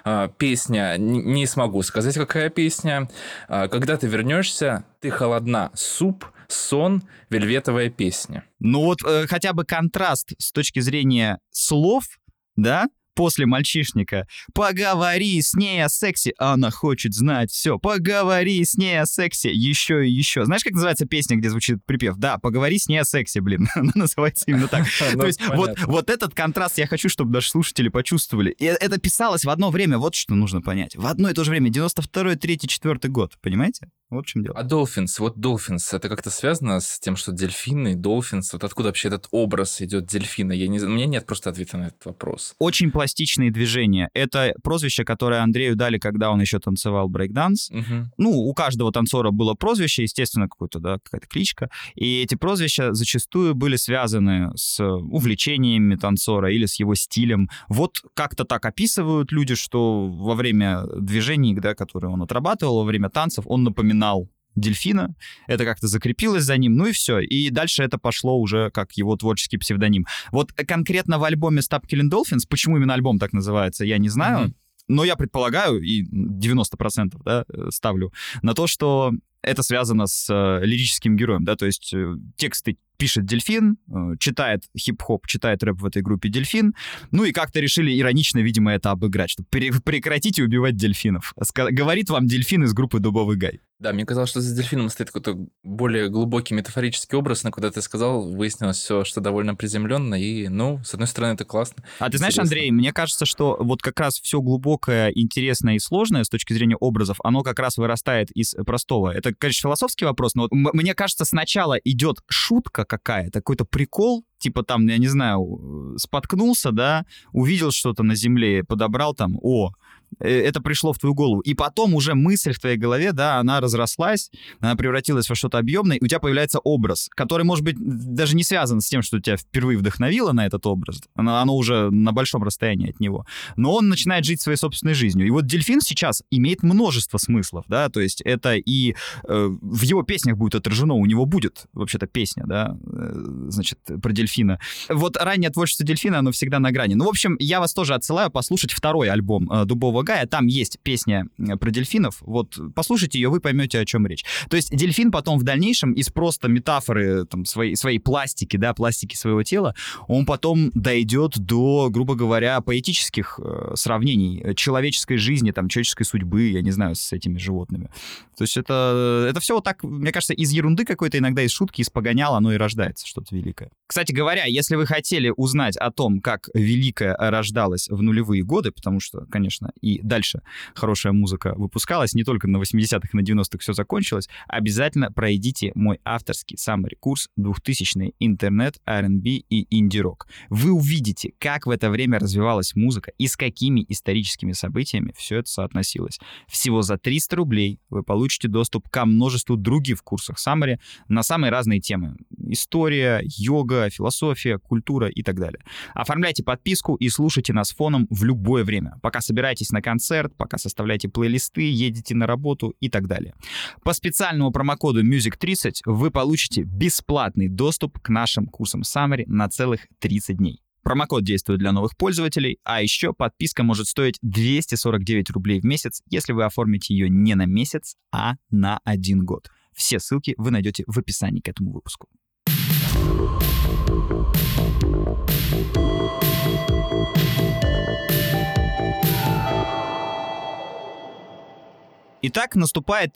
песня, не смогу сказать, какая песня, «Когда ты вернешься», «Ты холодна», «Суп», «Сон», «Вельветовая песня». Ну вот хотя бы контраст с точки зрения слов, да, после «Мальчишника». Поговори с ней о сексе, она хочет знать все. Поговори с ней о сексе, еще и еще. Знаешь, как называется песня, где звучит припев? Да, поговори с ней о сексе, блин. Она называется именно так. То есть вот этот контраст я хочу, чтобы наши слушатели почувствовали. И это писалось в одно время, вот что нужно понять. В одно и то же время, 92-й, 3-й, 4-й год, понимаете? Вот в чем дело. А Dolphins, вот Dolphins, это как-то связано с тем, что дельфины, Dolphins, вот откуда вообще этот образ идет дельфина? У меня нет просто ответа на этот вопрос. Очень пластичные движения. Это прозвище, которое Андрею дали, когда он еще танцевал брейк-данс. Угу. Ну, у каждого танцора было прозвище, естественно, какое-то, да, какая-то кличка. И эти прозвища зачастую были связаны с увлечениями танцора или с его стилем. Вот как-то так описывают люди, что во время движений, да, которые он отрабатывал, во время танцев, он напоминал дельфина, это как-то закрепилось за ним, ну и все. И дальше это пошло уже как его творческий псевдоним. Вот конкретно в альбоме Stop Killing Dolphins, почему именно альбом так называется, я не знаю, но я предполагаю, и 90%, да, ставлю на то, что это связано с лирическим героем, да, то есть тексты пишет «Дельфин», читает хип-хоп, читает рэп в этой группе «Дельфин». Ну и как-то решили иронично, видимо, это обыграть, что прекратите убивать дельфинов. Говорит вам «Дельфин» из группы «Дубовый гай». Да, мне казалось, что за дельфином стоит какой-то более глубокий метафорический образ, но когда ты сказал, выяснилось все, что довольно приземленно, и, ну, с одной стороны, это классно. А ты знаешь, Андрей, мне кажется, что вот как раз все глубокое, интересное и сложное с точки зрения образов, оно как раз вырастает из простого. Это, конечно, философский вопрос, но вот мне кажется, сначала идет шутка какая-то, какой-то прикол, типа там, я не знаю, споткнулся, да, увидел что-то на земле, подобрал там, это пришло в твою голову. И потом уже мысль в твоей голове, да, она разрослась, она превратилась во что-то объемное, и у тебя появляется образ, который, может быть, даже не связан с тем, что тебя впервые вдохновило на этот образ. Оно уже на большом расстоянии от него. Но он начинает жить своей собственной жизнью. И вот «Дельфин» сейчас имеет множество смыслов, да, то есть это и в его песнях будет отражено, у него будет вообще-то песня, да, значит, про дельфина. Вот раннее творчество «Дельфина», оно всегда на грани. Ну, в общем, я вас тоже отсылаю послушать второй альбом «Дубового гая». Там есть песня про дельфинов. Вот, послушайте ее, вы поймете, о чем речь. То есть «Дельфин» потом в дальнейшем из просто метафоры там, своей пластики, да, пластики своего тела, он потом дойдет до, грубо говоря, поэтических сравнений человеческой жизни, там, человеческой судьбы, я не знаю, с этими животными. То есть это все вот так, мне кажется, из ерунды какой-то, иногда из шутки, из погоняла оно и рождается, что-то великое. Кстати говоря, если вы хотели узнать о том, как великое рождалось в нулевые годы, потому что, конечно, и дальше хорошая музыка выпускалась, не только на 80-х и на 90-х все закончилось, обязательно пройдите мой авторский саммари-курс «2000-е интернет, R&B и инди-рок». Вы увидите, как в это время развивалась музыка и с какими историческими событиями все это соотносилось. Всего за 300 рублей вы получите доступ ко множеству других курсов Summary на самые разные темы. История, йога, философия, культура и так далее. Оформляйте подписку и слушайте нас фоном в любое время, пока собираетесь на концерт, пока составляете плейлисты, едете на работу и так далее. По специальному промокоду MUSIC30 вы получите бесплатный доступ к нашим курсам Summary на целых 30 дней. Промокод действует для новых пользователей, а еще подписка может стоить 249 рублей в месяц, если вы оформите ее не на месяц, а на 1 год. Все ссылки вы найдете в описании к этому выпуску. Итак, наступает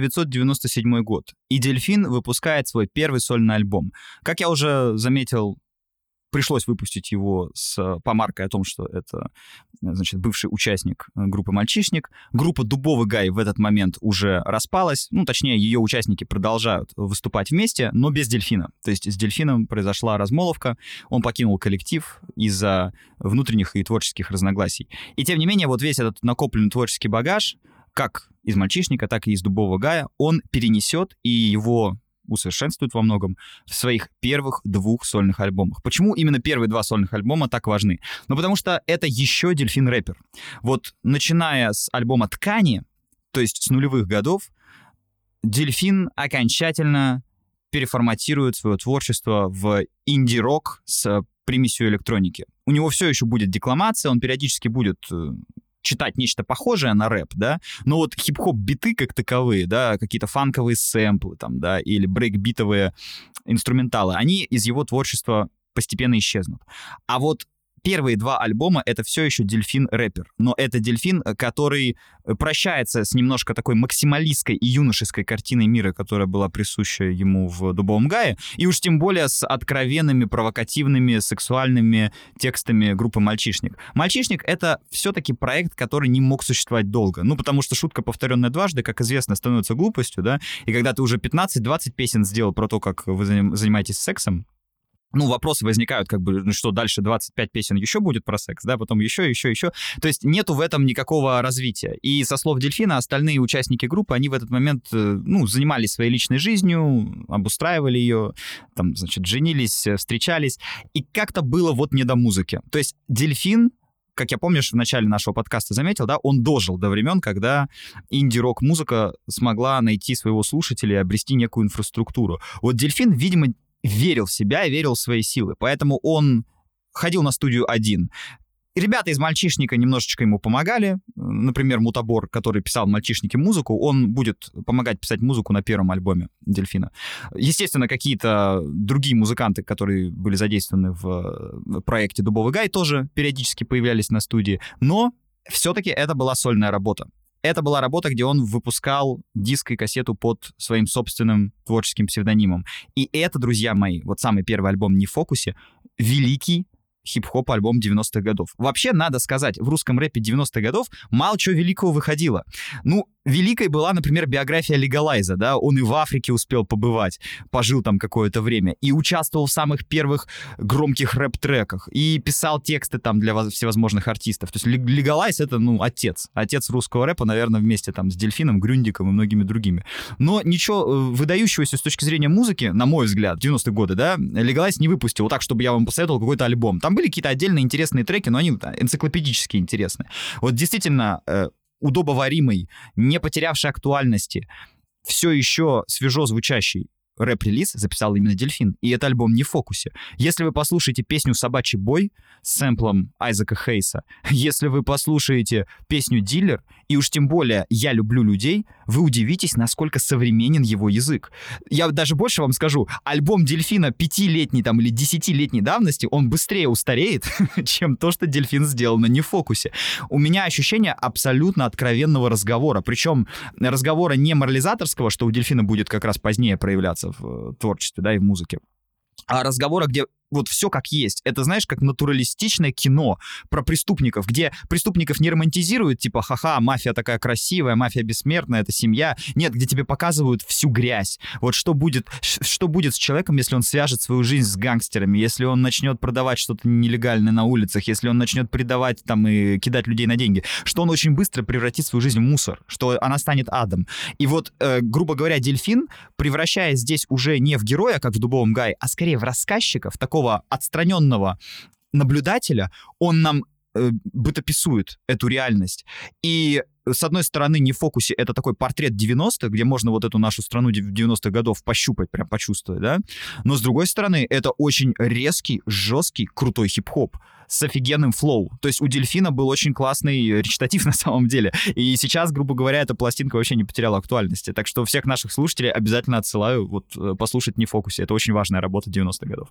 1997 год, и «Дельфин» выпускает свой первый сольный альбом. Как я уже заметил, пришлось выпустить его с помаркой о том, что это, значит, бывший участник группы «Мальчишник». Группа «Дубовый гай» в этот момент уже распалась. Ну, точнее, ее участники продолжают выступать вместе, но без «Дельфина». То есть с «Дельфином» произошла размолвка, он покинул коллектив из-за внутренних и творческих разногласий. И тем не менее, вот весь этот накопленный творческий багаж, как из «Мальчишника», так и из «Дубового гая», он перенесет и его усовершенствует во многом в своих первых 2 сольных альбомах. Почему именно первые 2 сольных альбома так важны? Ну, потому что это еще дельфин-рэпер. Вот начиная с альбома «Ткани», то есть с нулевых годов, дельфин окончательно переформатирует свое творчество в инди-рок с примесью электроники. У него все еще будет декламация, он периодически будет читать нечто похожее на рэп, да, но вот хип-хоп-биты как таковые, да, какие-то фанковые сэмплы там, да, или брейк-битовые инструменталы, они из его творчества постепенно исчезнут. А вот первые 2 альбома — это все еще дельфин-рэпер. Но это дельфин, который прощается с немножко такой максималистской и юношеской картиной мира, которая была присуща ему в «Дубовом гае», и уж тем более с откровенными, провокативными, сексуальными текстами группы «Мальчишник». «Мальчишник» — это все-таки проект, который не мог существовать долго. Ну, потому что шутка, повторенная дважды, как известно, становится глупостью, да, и когда ты уже 15-20 песен сделал про то, как вы занимаетесь сексом, ну, вопросы возникают, как бы, ну что, дальше 25 песен еще будет про секс, да, потом еще. То есть нету в этом никакого развития. И со слов «Дельфина» остальные участники группы, они в этот момент, ну, занимались своей личной жизнью, обустраивали ее, там, значит, женились, встречались, и как-то было вот не до музыки. То есть «Дельфин», как я, помнишь, в начале нашего подкаста заметил, да, он дожил до времен, когда инди-рок-музыка смогла найти своего слушателя и обрести некую инфраструктуру. Вот «Дельфин», видимо, верил в себя и верил в свои силы. Поэтому он ходил на студию один, И ребята из «Мальчишника» немножечко ему помогали. Например, Мутабор, который писал в «Мальчишнике» музыку, он будет помогать писать музыку на первом альбоме «Дельфина». Естественно, какие-то другие музыканты, которые были задействованы в проекте «Дубовый Гай», тоже периодически появлялись на студии. Но все-таки это была сольная работа. Это была работа, где он выпускал диск и кассету под своим собственным творческим псевдонимом. И это, друзья мои, вот самый первый альбом «Не в фокусе», великий хип-хоп альбом 90-х годов. Вообще, надо сказать, в русском рэпе 90-х годов мало чего великого выходило. Ну, великой была, например, биография Легалайза, да, он и в Африке успел побывать, пожил там какое-то время, и участвовал в самых первых громких рэп-треках, и писал тексты там для всевозможных артистов. То есть Легалайз — это, ну, отец русского рэпа, наверное, вместе там с Дельфином, Грюндиком и многими другими. Но ничего выдающегося с точки зрения музыки, на мой взгляд, 90-е годы, да, Легалайз не выпустил, так, чтобы я вам посоветовал какой-то альбом. Там были какие-то отдельные интересные треки, но они энциклопедически интересные. Вот действительно, удобоваримый, не потерявший актуальности, все еще свежо звучащий рэп-релиз записал именно Дельфин. И это альбом «Не в фокусе». Если вы послушаете песню «Собачий бой» с сэмплом Айзека Хейса, если вы послушаете песню «Дилер», и уж тем более «Я люблю людей», вы удивитесь, насколько современен его язык. Я даже больше вам скажу, альбом Дельфина 5-летней там, или 10-летней давности, он быстрее устареет, чем то, что Дельфин сделал на «Не в фокусе». У меня ощущение абсолютно откровенного разговора. Причем разговора не морализаторского, что у Дельфина будет как раз позднее проявляться в творчестве, да, и в музыке, а разговора, где вот все как есть. Это, знаешь, как натуралистичное кино про преступников, где преступников не романтизируют, типа, ха-ха, мафия такая красивая, мафия бессмертная, это семья. Нет, где тебе показывают всю грязь. Вот что будет с человеком, если он свяжет свою жизнь с гангстерами, если он начнет продавать что-то нелегальное на улицах, если он начнет предавать там и кидать людей на деньги, что он очень быстро превратит свою жизнь в мусор, что она станет адом. И вот, грубо говоря, Дельфин, превращаясь здесь уже не в героя, как в «Дубовом Гае», а скорее в рассказчика, в такого отстраненного наблюдателя, он нам бытописует эту реальность. И с одной стороны, «Не в фокусе» — это такой портрет 90-х, где можно вот эту нашу страну 90-х годов пощупать, прям почувствовать, да? Но с другой стороны, это очень резкий, жесткий, крутой хип-хоп с офигенным флоу. То есть у Дельфина был очень классный речитатив на самом деле. И сейчас, грубо говоря, эта пластинка вообще не потеряла актуальности. Так что всех наших слушателей обязательно отсылаю вот послушать «Не в фокусе». Это очень важная работа 90-х годов.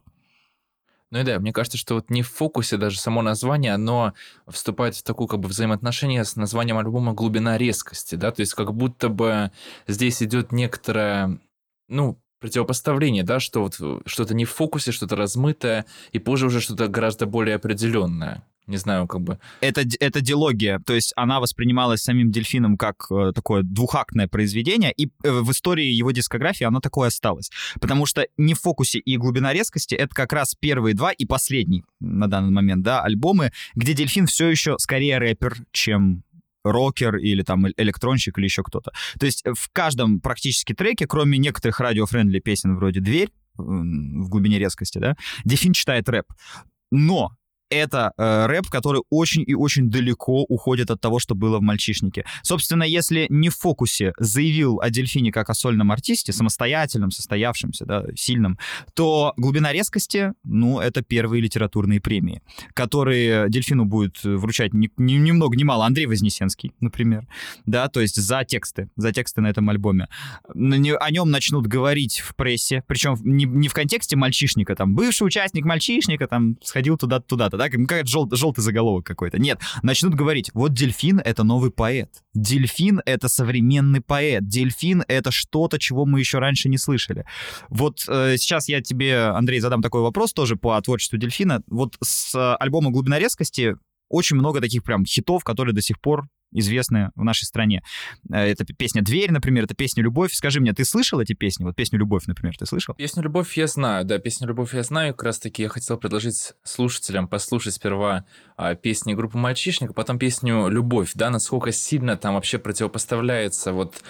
Ну и да, мне кажется, что вот «Не в фокусе» даже само название, оно вступает в такую как бы взаимоотношение с названием альбома «Глубина резкости», да, то есть как будто бы здесь идет некоторое, ну, противопоставление, да, что вот что-то не в фокусе, что-то размытое, и позже уже что-то гораздо более определенное. Не знаю, как бы... Это дилогия, то есть она воспринималась самим Дельфином как такое двухактное произведение, и в истории его дискографии оно такое осталось. Потому что «Не в фокусе» и «Глубина резкости» — это как раз первые два и последний на данный момент, да, альбомы, где Дельфин все еще скорее рэпер, чем рокер или там электронщик или еще кто-то. То есть в каждом практически треке, кроме некоторых радиофрендли песен вроде «Дверь» в «Глубине резкости», да, Дельфин читает рэп. Но это рэп, который очень и очень далеко уходит от того, что было в «Мальчишнике». Собственно, если «Не в фокусе» заявил о Дельфине как о сольном артисте, самостоятельном, состоявшемся, да, сильном, то «Глубина резкости», ну, это первые литературные премии, которые Дельфину будет вручать ни много ни мало Андрей Вознесенский, например, да, то есть за тексты на этом альбоме. О нем начнут говорить в прессе, причем не в контексте «Мальчишника», там, бывший участник «Мальчишника», там, сходил туда-то, да, как желтый заголовок какой-то. Нет, начнут говорить, вот Дельфин — это новый поэт. Дельфин — это современный поэт. Дельфин — это что-то, чего мы еще раньше не слышали. Вот сейчас я тебе, Андрей, задам такой вопрос тоже по творчеству Дельфина. Вот с альбома «Глубина резкости» очень много таких прям хитов, которые до сих пор известны в нашей стране. Это песня «Дверь», например, это песня «Любовь». Скажи мне, ты слышал эти песни? Вот песню «Любовь», например, ты слышал? Песню «Любовь» я знаю, да, песню «Любовь» я знаю. Как раз-таки я хотел предложить слушателям послушать сперва песни группы «Мальчишник», а потом песню «Любовь», да, насколько сильно там вообще противопоставляется вот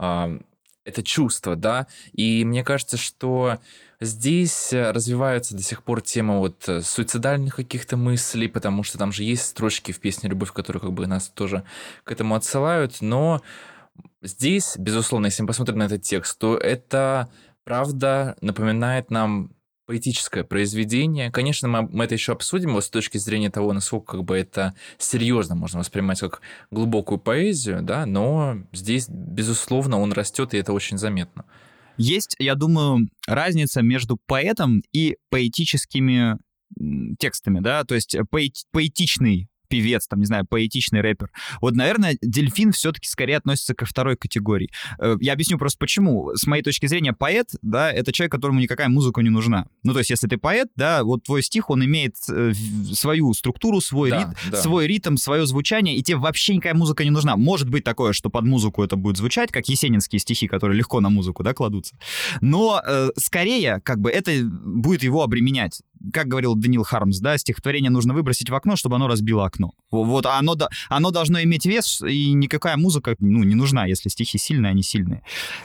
это чувство, да, и мне кажется, что здесь развивается до сих пор тема вот суицидальных каких-то мыслей, потому что там же есть строчки в песне «Любовь», которые как бы нас тоже к этому отсылают, но здесь, безусловно, если мы посмотрим на этот текст, то это правда напоминает нам Поэтическое произведение. Конечно, мы это еще обсудим вот с точки зрения того, насколько как бы это серьезно можно воспринимать как глубокую поэзию, да, но здесь, безусловно, он растет, и это очень заметно. Есть, я думаю, разница между поэтом и поэтическими текстами, да, то есть поэтичный певец, там, не знаю, поэтичный рэпер. Вот, наверное, Дельфин все-таки скорее относится ко второй категории. Я объясню просто почему. С моей точки зрения, поэт, да, это человек, которому никакая музыка не нужна. Ну, то есть, если ты поэт, да, вот твой стих, он имеет свою структуру, свой ритм, свое звучание, и тебе вообще никакая музыка не нужна. Может быть такое, что под музыку это будет звучать, как есенинские стихи, которые легко на музыку, да, кладутся. Но скорее, как бы, это будет его обременять. Как говорил Даниил Хармс, да, стихотворение нужно выбросить в окно, чтобы оно разбило окно. Вот оно должно иметь вес, и никакая музыка, ну, не нужна, если стихи сильные, они сильные.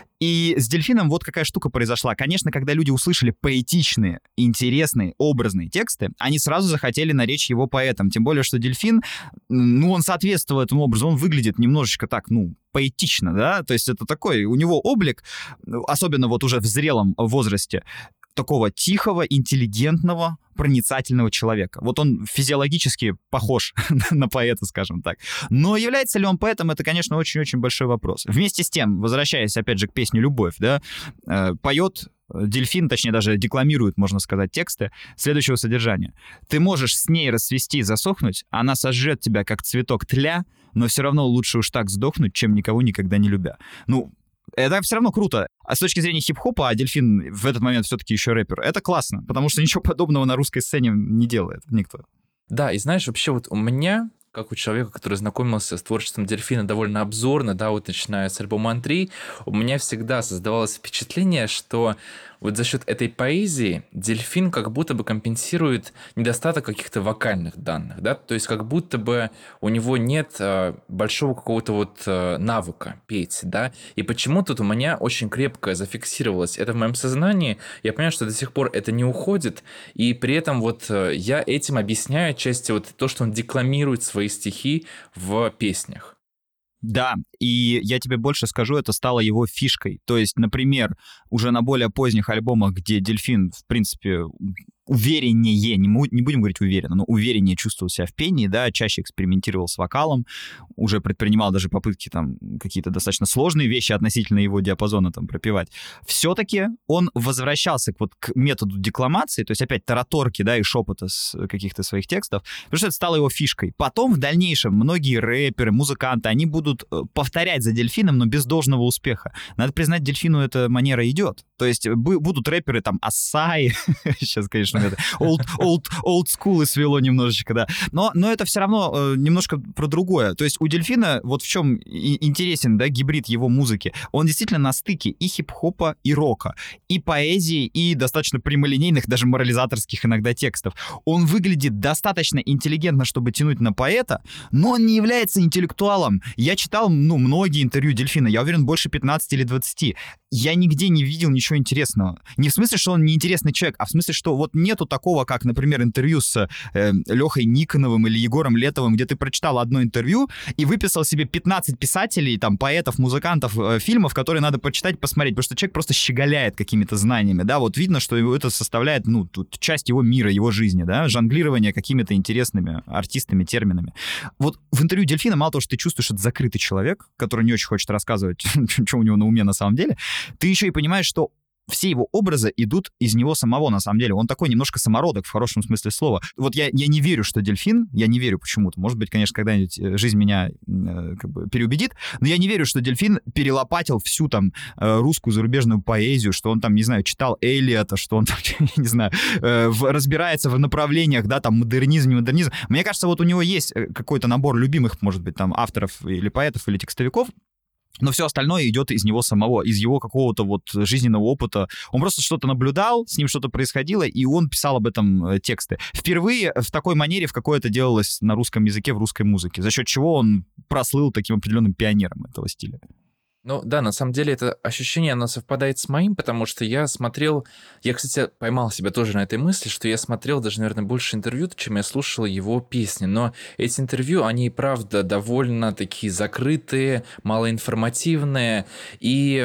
И с Дельфином вот какая штука произошла. Конечно, когда люди услышали поэтичные, интересные, образные тексты, они сразу захотели наречь его поэтом. Тем более, что Дельфин, ну, он соответствует этому образу, он выглядит немножечко так, ну, поэтично, да, то есть это такой, у него облик, особенно вот уже в зрелом возрасте, такого тихого, интеллигентного, проницательного человека. Вот он физиологически похож на поэта, скажем так. Но является ли он поэтом, это, конечно, очень-очень большой вопрос. Вместе с тем, возвращаясь, опять же, к песне «Любовь», да, поет Дельфин, точнее, даже декламирует, можно сказать, тексты следующего содержания. «Ты можешь с ней расцвести и засохнуть, она сожжет тебя, как цветок тля, но все равно лучше уж так сдохнуть, чем никого никогда не любя». Ну, это все равно круто. А с точки зрения хип-хопа, а Дельфин в этот момент все-таки еще рэпер, это классно, потому что ничего подобного на русской сцене не делает никто. Да, и знаешь, вообще вот у меня, как у человека, который знакомился с творчеством Дельфина довольно обзорно, да, вот начиная с альбома «Антрей», у меня всегда создавалось впечатление, что вот за счет этой поэзии Дельфин как будто бы компенсирует недостаток каких-то вокальных данных, да, то есть как будто бы у него нет большого какого-то вот навыка петь, да, и почему-то у меня очень крепко зафиксировалось это в моем сознании, я понимаю, что до сих пор это не уходит, и при этом вот я этим объясняю отчасти вот то, что он декламирует свои стихи в песнях. Да, и я тебе больше скажу, это стало его фишкой. То есть, например, уже на более поздних альбомах, где Дельфин, в принципе, увереннее, не будем говорить уверенно, но увереннее чувствовал себя в пении, да, чаще экспериментировал с вокалом, уже предпринимал даже попытки там какие-то достаточно сложные вещи относительно его диапазона там пропевать. Все-таки он возвращался к методу декламации, то есть опять тараторки, да, и шепота с каких-то своих текстов, потому что это стало его фишкой. Потом в дальнейшем многие рэперы, музыканты, они будут повторять за Дельфином, но без должного успеха. Надо признать, Дельфину эта манера идет. То есть будут рэперы там Ассаи, сейчас, конечно, old school и свело немножечко, да. Но это все равно немножко про другое. То есть у Дельфина вот в чем интересен, да, гибрид его музыки. Он действительно на стыке и хип-хопа, и рока, и поэзии, и достаточно прямолинейных, даже морализаторских иногда текстов. Он выглядит достаточно интеллигентно, чтобы тянуть на поэта, но он не является интеллектуалом. Я читал, ну, многие интервью Дельфина, я уверен, больше 15 или 20. Я нигде не видел ничего интересного. Не в смысле, что он неинтересный человек, а в смысле, что вот нету такого, как, например, интервью с Лехой Никоновым или Егором Летовым, где ты прочитал одно интервью и выписал себе 15 писателей, там, поэтов, музыкантов, фильмов, которые надо почитать, посмотреть, потому что человек просто щеголяет какими-то знаниями, да, вот видно, что это составляет, ну, тут часть его мира, его жизни, да, жонглирование какими-то интересными артистами, терминами. Вот в интервью Дельфина мало того, что ты чувствуешь, это закрытый человек, который не очень хочет рассказывать, что у него на уме на самом деле, ты еще и понимаешь, что все его образы идут из него самого, на самом деле. Он такой немножко самородок, в хорошем смысле слова. Вот я не верю, что Дельфин, я не верю почему-то. Может быть, конечно, когда-нибудь жизнь меня как бы переубедит, но я не верю, что Дельфин перелопатил всю там русскую зарубежную поэзию, что он там, не знаю, читал Элиота, что он там, не знаю, разбирается в направлениях, да, там, модернизм, не модернизм. Мне кажется, вот у него есть какой-то набор любимых, может быть, там, авторов или поэтов, или текстовиков, но все остальное идет из него самого, из его какого-то вот жизненного опыта. Он просто что-то наблюдал, с ним что-то происходило, и он писал об этом тексты. Впервые в такой манере, в какой это делалось на русском языке, в русской музыке, за счет чего он прослыл таким определенным пионером этого стиля. Ну да, на самом деле это ощущение, оно совпадает с моим, потому что я смотрел, я, кстати, поймал себя тоже на этой мысли, что я смотрел даже, наверное, больше интервью, чем я слушал его песни, но эти интервью, они и правда довольно такие закрытые, малоинформативные, и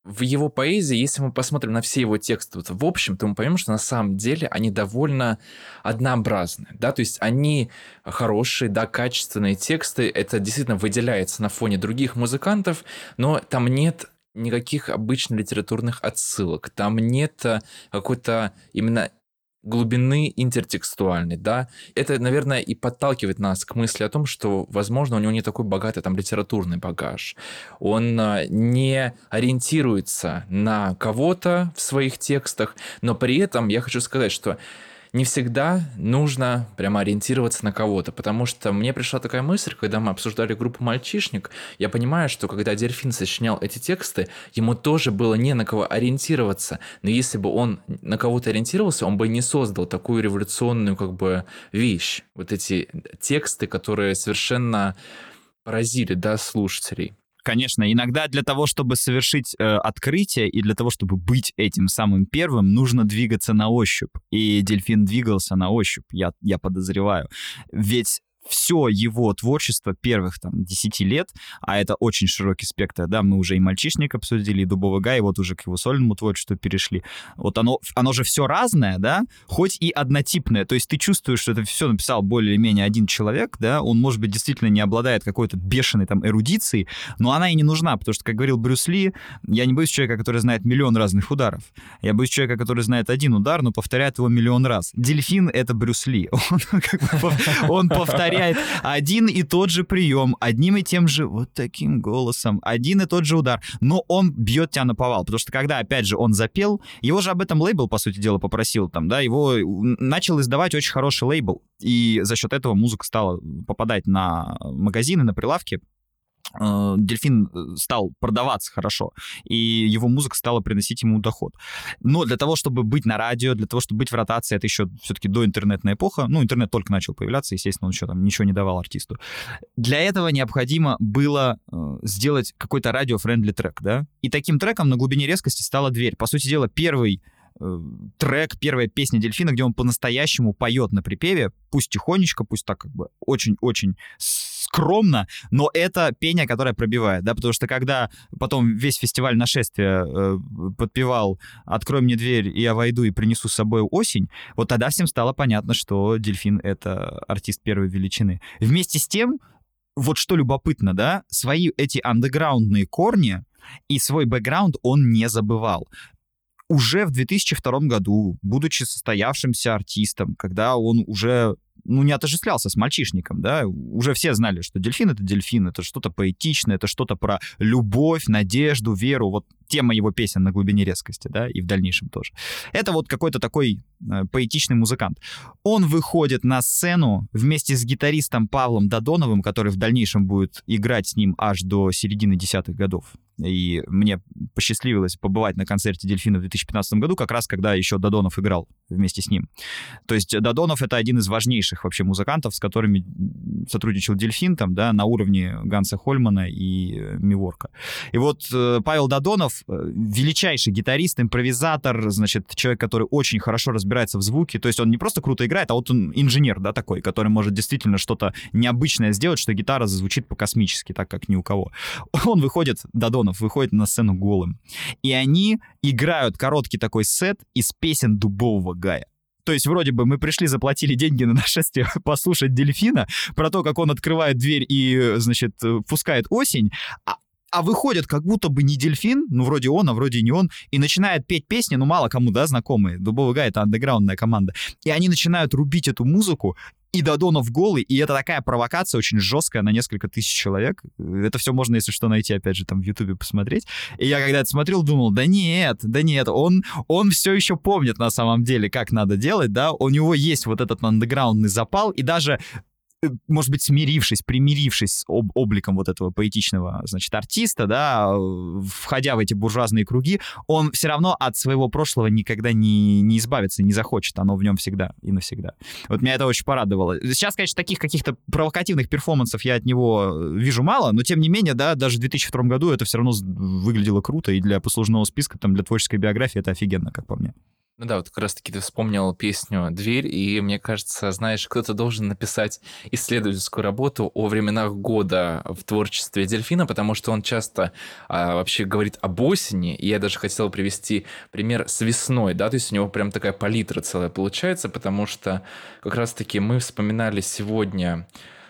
в его поэзии, если мы посмотрим на все его тексты вот в общем, то мы поймем, что на самом деле они довольно однообразны, да, то есть они хорошие, да, качественные тексты, это действительно выделяется на фоне других музыкантов, но там нет никаких обычно литературных отсылок, там нет какой-то именно глубины интертекстуальной, да, это, наверное, и подталкивает нас к мысли о том, что, возможно, у него не такой богатый там литературный багаж, он не ориентируется на кого-то в своих текстах, но при этом я хочу сказать, что не всегда нужно прямо ориентироваться на кого-то, потому что мне пришла такая мысль, когда мы обсуждали группу «Мальчишник», я понимаю, что когда Дельфин сочинял эти тексты, ему тоже было не на кого ориентироваться, но если бы он на кого-то ориентировался, он бы не создал такую революционную как бы вещь, вот эти тексты, которые совершенно поразили, да, слушателей. Конечно, иногда для того, чтобы совершить открытие и для того, чтобы быть этим самым первым, нужно двигаться на ощупь. И Дельфин двигался на ощупь, я подозреваю. Ведь все его творчество первых там 10 лет, а это очень широкий спектр, да, мы уже и «Мальчишник» обсудили, и «Дубовый гай», и вот уже к его сольному творчеству перешли. Вот оно же все разное, да, хоть и однотипное, то есть ты чувствуешь, что это все написал более-менее один человек, да, он, может быть, действительно не обладает какой-то бешеной там эрудицией, но она и не нужна, потому что, как говорил Брюс Ли, я не боюсь человека, который знает миллион разных ударов, я боюсь человека, который знает один удар, но повторяет его миллион раз. Дельфин — это Брюс Ли, он повторяет один и тот же прием, одним и тем же вот таким голосом, один и тот же удар, но он бьет тебя наповал, потому что когда, опять же, он запел, его же об этом лейбл, по сути дела, попросил там, да, его начал издавать очень хороший лейбл, и за счет этого музыка стала попадать на магазины, на прилавки. Дельфин стал продаваться хорошо, и его музыка стала приносить ему доход. Но для того, чтобы быть на радио, для того, чтобы быть в ротации, это еще все-таки доинтернетная эпоха, ну, интернет только начал появляться, естественно, он еще там ничего не давал артисту. Для этого необходимо было сделать какой-то радио-френдли трек, да, и таким треком на глубине резкости стала «Дверь». По сути дела, первый трек, первая песня Дельфина, где он по-настоящему поет на припеве, пусть тихонечко, пусть так как бы очень-очень скромно, но это пение, которое пробивает, да, потому что когда потом весь фестиваль нашествия подпевал «Открой мне дверь, и я войду и принесу с собой осень», вот тогда всем стало понятно, что Дельфин — это артист первой величины. Вместе с тем, вот что любопытно, да, свои эти андеграундные корни и свой бэкграунд он не забывал. Уже в 2002 году, будучи состоявшимся артистом, когда он уже, ну, не отождествлялся с «Мальчишником», да, уже все знали, что Дельфин — это что-то поэтичное, это что-то про любовь, надежду, веру, вот тема его песен «На глубине резкости», да, и в дальнейшем тоже. Это вот какой-то такой поэтичный музыкант. Он выходит на сцену вместе с гитаристом Павлом Додоновым, который в дальнейшем будет играть с ним аж до середины 10-х годов. И мне посчастливилось побывать на концерте Дельфина в 2015 году, как раз когда еще Додонов играл вместе с ним. То есть Додонов — это один из важнейших вообще музыкантов, с которыми сотрудничал Дельфин, там, да, на уровне Ганса Хольмана и Миворка. И вот Павел Додонов — величайший гитарист, импровизатор, значит, человек, который очень хорошо разбирается в звуке. То есть он не просто круто играет, а вот он инженер, да, такой, который может действительно что-то необычное сделать, что гитара зазвучит по-космически, так как ни у кого. Он выходит, Додонов выходит на сцену голым. И они играют короткий такой сет из песен «Дубового гая». То есть вроде бы мы пришли, заплатили деньги на нашествие послушать Дельфина про то, как он открывает дверь и, значит, пускает осень, а выходит как будто бы не Дельфин, ну, вроде он, а вроде не он, и начинает петь песни, ну, мало кому, да, знакомые. «Дубовый гай» — это андеграундная команда. И они начинают рубить эту музыку, и Додонов голый, и это такая провокация очень жесткая на несколько тысяч человек. Это все можно, если что, найти, опять же, там в Ютубе посмотреть. И я когда это смотрел, думал, да нет, он все еще помнит на самом деле, как надо делать, да, у него есть вот этот андеграундный запал, и даже, может быть, примирившись с обликом вот этого поэтичного, значит, артиста, да, входя в эти буржуазные круги, он все равно от своего прошлого никогда не избавится, не захочет. Оно в нем всегда и навсегда. Вот меня это очень порадовало. Сейчас, конечно, таких каких-то провокативных перформансов я от него вижу мало, но, тем не менее, да, даже в 2002 году это все равно выглядело круто, и для послужного списка, там, для творческой биографии это офигенно, как по мне. Ну да, вот как раз-таки ты вспомнил песню «Дверь», и мне кажется, знаешь, кто-то должен написать исследовательскую работу о временах года в творчестве Дельфина, потому что он часто вообще говорит об осени, и я даже хотел привести пример с весной, да, то есть у него прям такая палитра целая получается, потому что как раз-таки мы вспоминали сегодня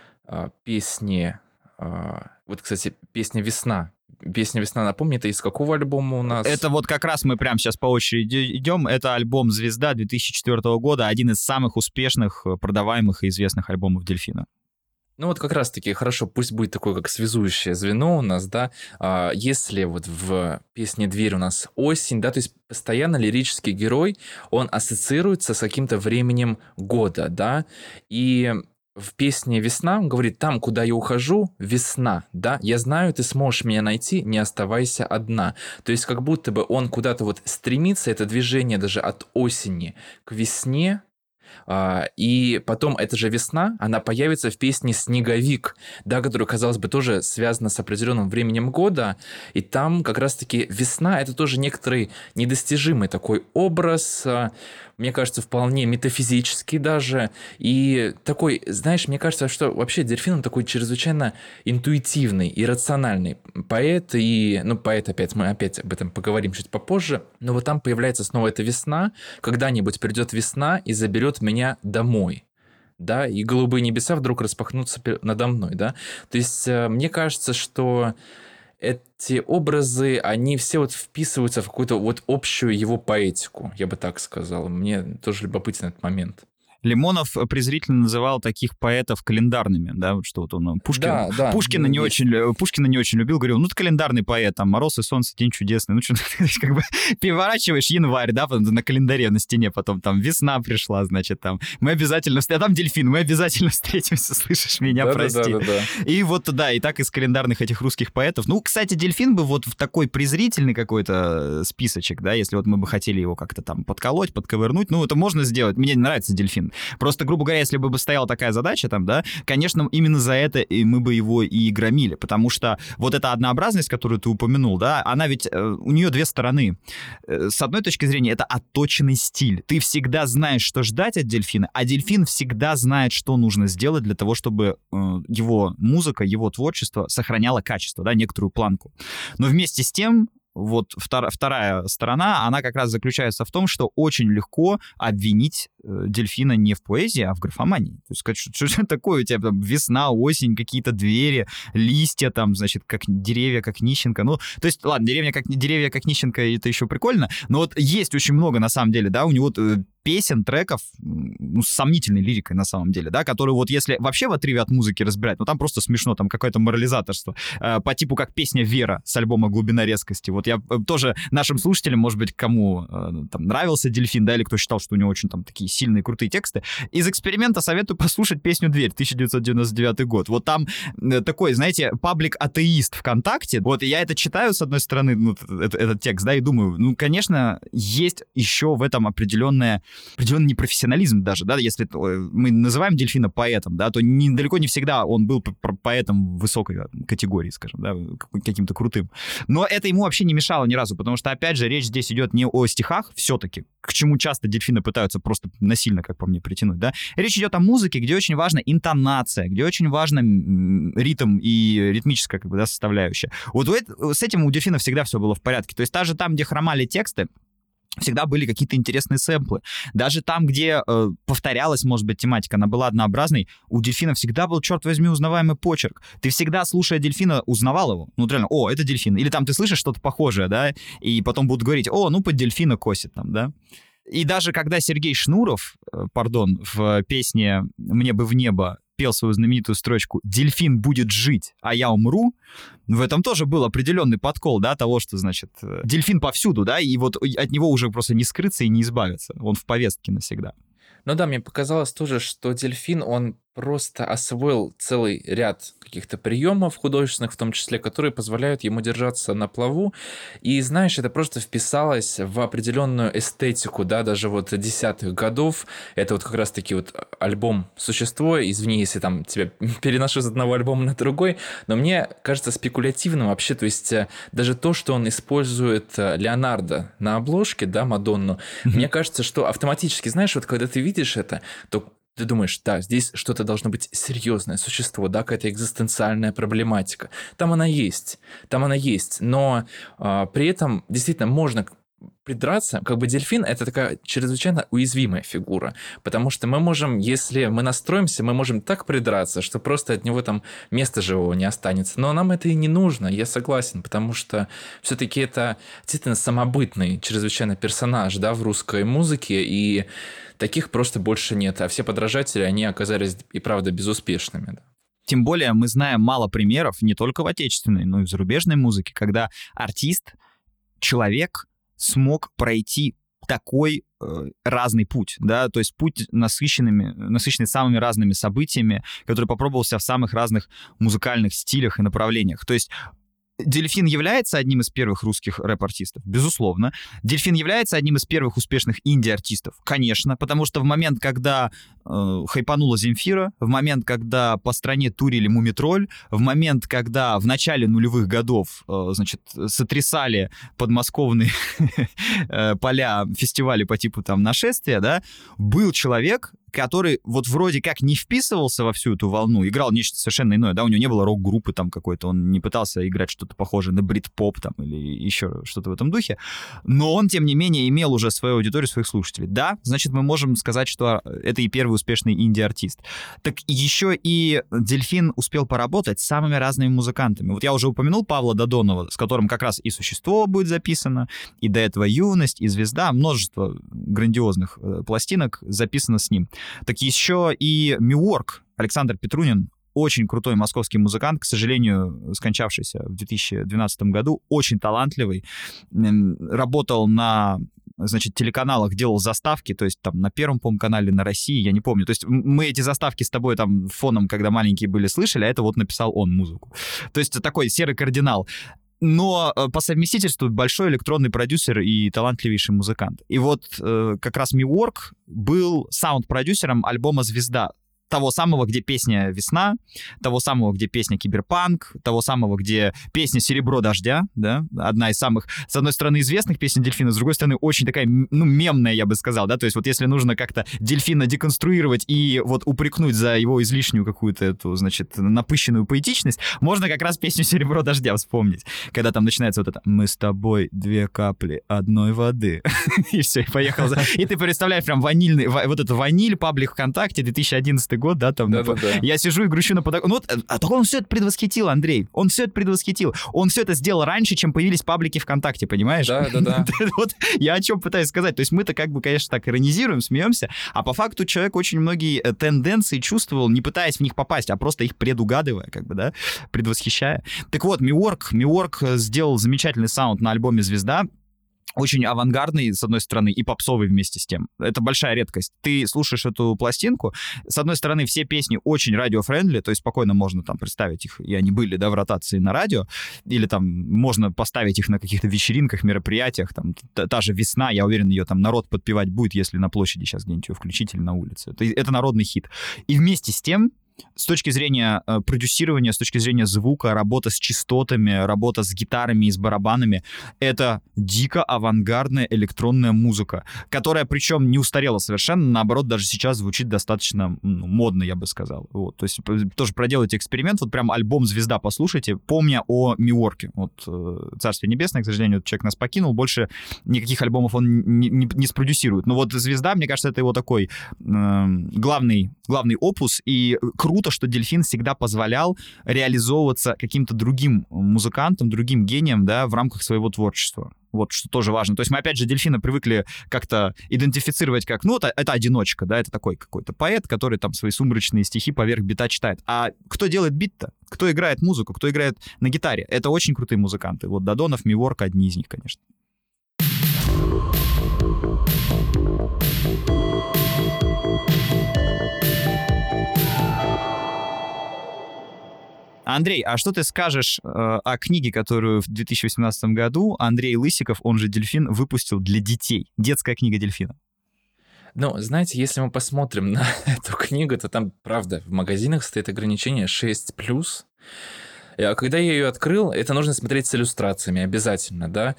песни, вот, кстати, песня «Весна». Песня «Весна», напомни, это из какого альбома у нас? Это вот как раз мы прямо сейчас по очереди идем. Это альбом «Звезда» 2004 года, один из самых успешных, продаваемых и известных альбомов Дельфина. Ну вот как раз-таки хорошо, пусть будет такое как связующее звено у нас, да, если вот в песне «Дверь» у нас осень, да, то есть постоянно лирический герой, он ассоциируется с каким-то временем года, да, и в песне «Весна» он говорит: «Там, куда я ухожу, весна, да, я знаю, ты сможешь меня найти, не оставайся одна». То есть как будто бы он куда-то вот стремится, это движение даже от осени к весне, и потом эта же весна, она появится в песне «Снеговик», да, которая, казалось бы, тоже связана с определенным временем года, и там как раз-таки весна — это тоже некоторый недостижимый такой образ, мне кажется, вполне метафизический даже, и такой, знаешь, мне кажется, что вообще Дельфин, он такой чрезвычайно интуитивный и рациональный поэт, и, ну, поэт опять, мы опять об этом поговорим чуть попозже, но вот там появляется снова эта весна, когда-нибудь придет весна и заберет меня домой, да, и голубые небеса вдруг распахнутся надо мной, да, то есть мне кажется, что эти образы, они все вот вписываются в какую-то вот общую его поэтику, я бы так сказал. Мне тоже любопытен этот момент. Лимонов презрительно называл таких поэтов календарными, да, вот что вот он Пушкина не очень любил, говорил, ну, ты календарный поэт, там, мороз и солнце, день чудесный, ну, что как бы переворачиваешь январь, да, на календаре на стене, потом там весна пришла, значит, там, мы обязательно, а там дельфин, мы обязательно встретимся, слышишь меня, прости. И вот, да, и так из календарных этих русских поэтов. Ну, кстати, дельфин бы вот в такой презрительный какой-то списочек, да, если вот мы бы хотели его как-то там подколоть, подковырнуть, ну, это можно сделать. Мне нравится дельфин. Просто, грубо говоря, если бы стояла такая задача там, да, конечно, именно за это и мы бы его и громили, потому что вот эта однообразность, которую ты упомянул, да, она ведь, у нее две стороны. С одной точки зрения, это отточенный стиль. Ты всегда знаешь, что ждать от дельфина, а дельфин всегда знает, что нужно сделать для того, чтобы его музыка, его творчество сохраняло качество, да, некоторую планку. Но вместе с тем, вот вторая сторона, она как раз заключается в том, что очень легко обвинить дельфина не в поэзии, а в графомании. То есть сказать, что такое у тебя там весна, осень, какие-то двери, листья там, значит, как деревья, как нищенка. Ну, то есть, ладно, деревья как нищенка, это еще прикольно, но вот есть очень много, на самом деле, да, у него песен, треков, ну, с сомнительной лирикой, на самом деле, да, которые вот если вообще в отрыве от музыки разбирать, ну, там просто смешно, там какое-то морализаторство, по типу как песня «Вера» с альбома «Глубина резкости». Вот я тоже нашим слушателям, может быть, кому там нравился дельфин, да, или кто считал, что у него очень там такие сильные, крутые тексты, из эксперимента советую послушать песню «Дверь», 1999 год. Вот там такой, знаете, паблик-атеист ВКонтакте, вот, и я это читаю, с одной стороны, ну, этот текст, да, и думаю, ну, конечно, есть еще в этом определенный непрофессионализм даже, да, если мы называем дельфина поэтом, да, то далеко не всегда он был поэтом высокой категории, скажем, да, каким-то крутым. Но это ему вообще не мешало ни разу, потому что, опять же, речь здесь идет не о стихах все-таки, к чему часто дельфины пытаются просто насильно, как по мне, притянуть, да. Речь идет о музыке, где очень важна интонация, где очень важна ритм и ритмическая, как бы, да, составляющая. Вот с этим у дельфина всегда все было в порядке. То есть даже там, где хромали тексты, всегда были какие-то интересные сэмплы. Даже там, где повторялась, может быть, тематика, она была однообразной, у дельфина всегда был, черт возьми, узнаваемый почерк. Ты всегда, слушая дельфина, узнавал его. Ну, реально, о, это дельфин. Или там ты слышишь что-то похожее, да, и потом будут говорить, о, ну, под дельфина косит там, да. И даже когда Сергей Шнуров, в песне «Мне бы в небо» пел свою знаменитую строчку «Дельфин будет жить, а я умру», в этом тоже был определенный подкол, да, того, что, значит, дельфин повсюду, да, и вот от него уже просто не скрыться и не избавиться, он в повестке навсегда. Ну да, мне показалось тоже, что дельфин, он просто освоил целый ряд каких-то приемов художественных, в том числе, которые позволяют ему держаться на плаву. И, знаешь, это просто вписалось в определенную эстетику, да, даже вот десятых годов. Это вот как раз-таки вот альбом «Существо». Извини, если там тебя переношу с одного альбома на другой, но мне кажется спекулятивным вообще, то есть даже то, что он использует Леонардо на обложке, да, Мадонну, мне кажется, что автоматически, знаешь, вот когда ты видишь это, то ты думаешь, да, здесь что-то должно быть серьезное существо, да, какая-то экзистенциальная проблематика. Там она есть, но при этом действительно можно придраться, как бы дельфин — это такая чрезвычайно уязвимая фигура, потому что мы можем, если мы настроимся, мы можем так придраться, что просто от него там места живого не останется. Но нам это и не нужно, я согласен, потому что все-таки это действительно самобытный чрезвычайно персонаж, да, в русской музыке, и таких просто больше нет, а все подражатели, они оказались и правда безуспешными. Да. Тем более мы знаем мало примеров, не только в отечественной, но и в зарубежной музыке, когда артист, человек смог пройти такой разный путь, да, то есть путь насыщенный самыми разными событиями, который попробовал себя в самых разных музыкальных стилях и направлениях. То есть Дельфин является одним из первых русских рэп-артистов? Безусловно. Дельфин является одним из первых успешных инди-артистов? Конечно, потому что в момент, когда хайпанула Земфира, в момент, когда по стране турили Мумитроль, в момент, когда в начале нулевых годов, сотрясали подмосковные поля фестивали по типу там «Нашествия», да, был человек, который вот вроде как не вписывался во всю эту волну, играл нечто совершенно иное, да, у него не было рок-группы там какой-то, он не пытался играть что-то похожее на брит-поп там или еще что-то в этом духе, но он, тем не менее, имел уже свою аудиторию, своих слушателей. Да, значит, мы можем сказать, что это и первый успешный инди-артист. Так еще и Дельфин успел поработать с самыми разными музыкантами. Вот я уже упомянул Павла Додонова, с которым как раз и «Существо» будет записано, и до этого «Юность», и «Звезда», множество грандиозных пластинок записано с ним. Так еще и Миворк, Александр Петрунин, очень крутой московский музыкант, к сожалению, скончавшийся в 2012 году, очень талантливый, работал на, телеканалах, делал заставки, то есть там на Первом, по-моему, канале, на России, я не помню. То есть мы эти заставки с тобой там фоном, когда маленькие были, слышали, а это вот написал он музыку. То есть такой серый кардинал. Но по совместительству большой электронный продюсер и талантливейший музыкант. И вот как раз Миворк был саунд-продюсером альбома «Звезда». Того самого, где песня «Весна», того самого, где песня «Киберпанк», того самого, где песня «Серебро дождя», да, одна из самых, с одной стороны, известных песен Дельфина, с другой стороны, очень такая, мемная, я бы сказал, да, то есть вот если нужно как-то Дельфина деконструировать и вот упрекнуть за его излишнюю какую-то эту, напыщенную поэтичность, можно как раз песню «Серебро дождя» вспомнить, когда там начинается вот это «Мы с тобой две капли одной воды», и все, и поехал. И ты представляешь прям ванильный, вот это ваниль, паблик ВКонтакте, 2011 год, да, там, я сижу и грущу на подоконнике. Ну, так он все это предвосхитил, Андрей. Он все это предвосхитил. Он все это сделал раньше, чем появились паблики ВКонтакте, понимаешь? Да. Вот я о чем пытаюсь сказать. То есть мы-то как бы, конечно, так иронизируем, смеемся, а по факту человек очень многие тенденции чувствовал, не пытаясь в них попасть, а просто их предугадывая, как бы, да, предвосхищая. Так вот, Миворк сделал замечательный саунд на альбоме «Звезда», очень авангардный, с одной стороны, и попсовый вместе с тем. Это большая редкость. Ты слушаешь эту пластинку, с одной стороны, все песни очень радиофрендли, то есть спокойно можно там представить их, и они были, да, в ротации на радио, или там можно поставить их на каких-то вечеринках, мероприятиях, там, та же «Весна», я уверен, ее там народ подпевать будет, если на площади сейчас где-нибудь ее включить или на улице. Это народный хит. И вместе с тем, с точки зрения продюсирования, с точки зрения звука, работа с частотами, работа с гитарами и с барабанами, это дико авангардная электронная музыка, которая причем не устарела совершенно, наоборот, даже сейчас звучит достаточно модно, я бы сказал. Вот. То есть тоже проделайте эксперимент, вот прям альбом «Звезда» послушайте, помня о Миворке. Вот «Царствие небесное», к сожалению, этот человек нас покинул, больше никаких альбомов он не спродюсирует. Но вот «Звезда», мне кажется, это его такой главный опус, и круто, что Дельфин всегда позволял реализовываться каким-то другим музыкантам, другим гением, да, в рамках своего творчества. Вот, что тоже важно. То есть мы, опять же, Дельфина привыкли как-то идентифицировать как, это одиночка, да, это такой какой-то поэт, который там свои сумрачные стихи поверх бита читает. А кто делает бит-то? Кто играет музыку? Кто играет на гитаре? Это очень крутые музыканты. Вот Додонов, Миворк — одни из них, конечно. Андрей, а что ты скажешь о книге, которую в 2018 году Андрей Лысиков, он же Дельфин, выпустил для детей? Детская книга Дельфина. Ну, знаете, если мы посмотрим на эту книгу, то там, правда, в магазинах стоит ограничение 6+. А когда я ее открыл, это нужно смотреть с иллюстрациями обязательно, да.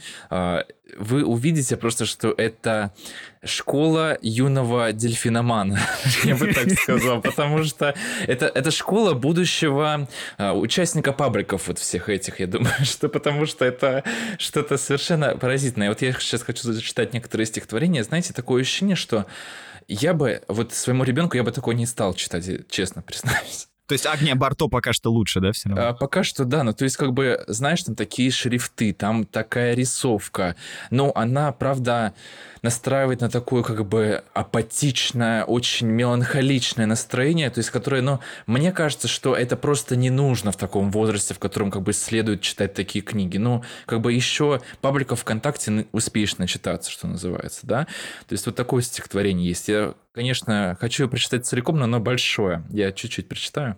Вы увидите просто, что это школа юного дельфиномана, я бы так сказал, потому что это школа будущего участника пабликов вот всех этих, я думаю, что потому что это что-то совершенно поразительное. Вот я сейчас хочу зачитать некоторые стихотворения. Знаете, такое ощущение, что я бы, вот своему ребенку я бы такое не стал читать, честно признаюсь. То есть Агния Барто пока что лучше, да, все равно? Пока что да, ну то есть как бы, знаешь, там такие шрифты, там такая рисовка, но она, правда, настраивает на такое как бы апатичное, очень меланхоличное настроение, то есть которое, ну, мне кажется, что это просто не нужно в таком возрасте, в котором как бы следует читать такие книги. Ну, как бы еще пабликов ВКонтакте успеешь начитаться, что называется, да? То есть вот такое стихотворение есть. Я, конечно, хочу его прочитать целиком, но оно большое. Я чуть-чуть прочитаю.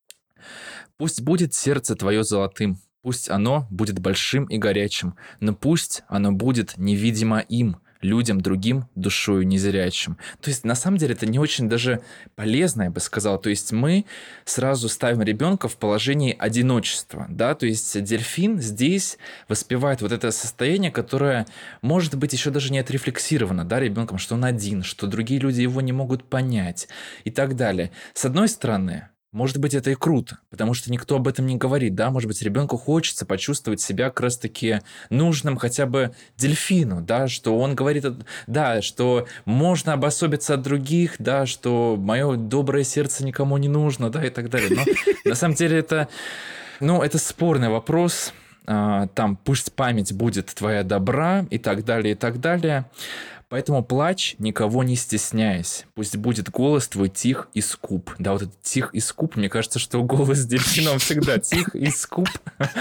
«Пусть будет сердце твое золотым, пусть оно будет большим и горячим, но пусть оно будет невидимо им, людям другим, душою незрячим». То есть, на самом деле, это не очень даже полезно, я бы сказал. То есть, мы сразу ставим ребенка в положении одиночества, да, то есть, дельфин здесь воспевает вот это состояние, которое, может быть, еще даже не отрефлексировано, да, ребенком, что он один, что другие люди его не могут понять и так далее. С одной стороны, может быть, это и круто, потому что никто об этом не говорит, да, может быть, ребенку хочется почувствовать себя как раз-таки нужным хотя бы дельфину, да, что он говорит, да, что можно обособиться от других, да, что мое доброе сердце никому не нужно, да, и так далее. Но на самом деле это, ну, это спорный вопрос, там, пусть память будет твоя добра и так далее, и так далее. Поэтому плачь, никого не стесняясь. Пусть будет голос твой тих и скуп. Да, вот этот тих и скуп, мне кажется, что голос дельфина всегда тих и скуп.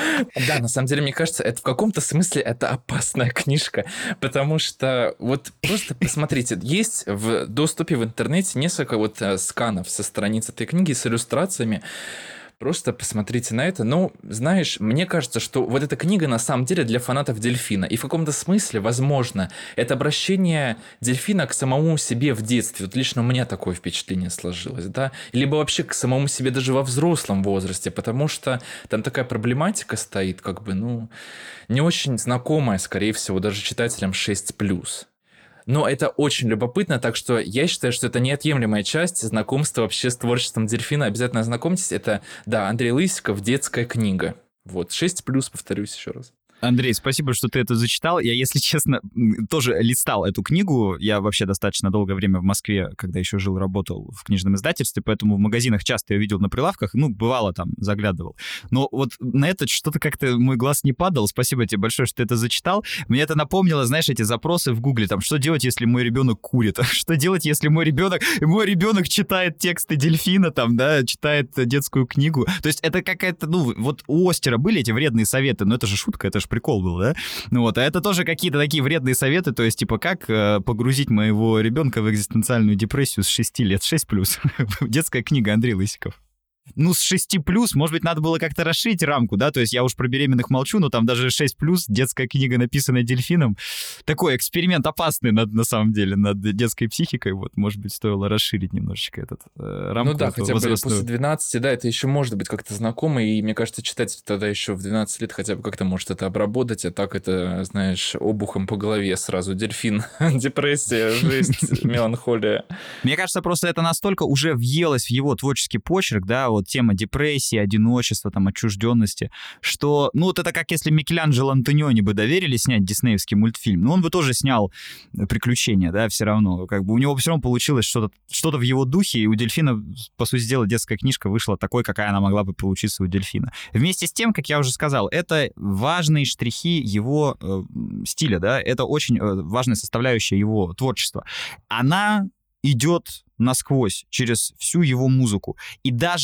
Да, на самом деле, мне кажется, это в каком-то смысле это опасная книжка, потому что вот просто посмотрите, есть в доступе в интернете несколько вот сканов со страниц этой книги с иллюстрациями. Просто посмотрите на это. Ну, знаешь, мне кажется, что вот эта книга на самом деле для фанатов дельфина. И в каком-то смысле, возможно, это обращение дельфина к самому себе в детстве. Вот лично у меня такое впечатление сложилось, да. Либо вообще к самому себе даже во взрослом возрасте, потому что там такая проблематика стоит, как бы, ну, не очень знакомая, скорее всего, даже читателям 6+. Но это очень любопытно, так что я считаю, что это неотъемлемая часть знакомства вообще с творчеством дельфина. Обязательно ознакомьтесь. Это, да, Андрей Лысиков, детская книга. Вот, 6+, повторюсь еще раз. Андрей, спасибо, что ты это зачитал. Я, если честно, тоже листал эту книгу. Я вообще достаточно долгое время в Москве, когда еще жил, работал в книжном издательстве, поэтому в магазинах часто я видел на прилавках, ну, бывало там, заглядывал. Но вот на это что-то как-то мой глаз не падал. Спасибо тебе большое, что ты это зачитал. Мне это напомнило, знаешь, эти запросы в Гугле, там, что делать, если мой ребенок курит? Что делать, если мой ребенок читает тексты дельфина, там, да, читает детскую книгу? То есть это какая-то, ну, вот у Остера были эти вредные советы, но это же шутка, это же прикол был, да? Ну вот, а это тоже какие-то такие вредные советы, то есть, типа, как погрузить моего ребенка в экзистенциальную депрессию с 6 лет, 6+. Детская книга Андрей Лысиков. Ну, с 6+, может быть, надо было как-то расширить рамку, да, то есть я уж про беременных молчу, но там даже 6+, детская книга, написанная дельфином, такой эксперимент опасный на самом деле над детской психикой, вот, может быть, стоило расширить немножечко этот рамку. Ну да, хотя бы после 12, да, это еще может быть как-то знакомо, и мне кажется, читатель тогда еще в 12 лет хотя бы как-то может это обработать, а так это, знаешь, обухом по голове сразу, дельфин, депрессия, жесть, меланхолия. Мне кажется, просто это настолько уже въелось в его творческий почерк, да, вот тема депрессии, одиночества, там, отчужденности, что, ну, вот это как если Микеланджело Антониони бы доверили снять диснеевский мультфильм, ну, он бы тоже снял приключения, да, все равно, как бы у него все равно получилось что-то в его духе, и у дельфина, по сути дела, детская книжка вышла такой, какая она могла бы получиться у дельфина. Вместе с тем, как я уже сказал, это важные штрихи его стиля, да, это очень важная составляющая его творчества. Она идет насквозь через всю его музыку. И даже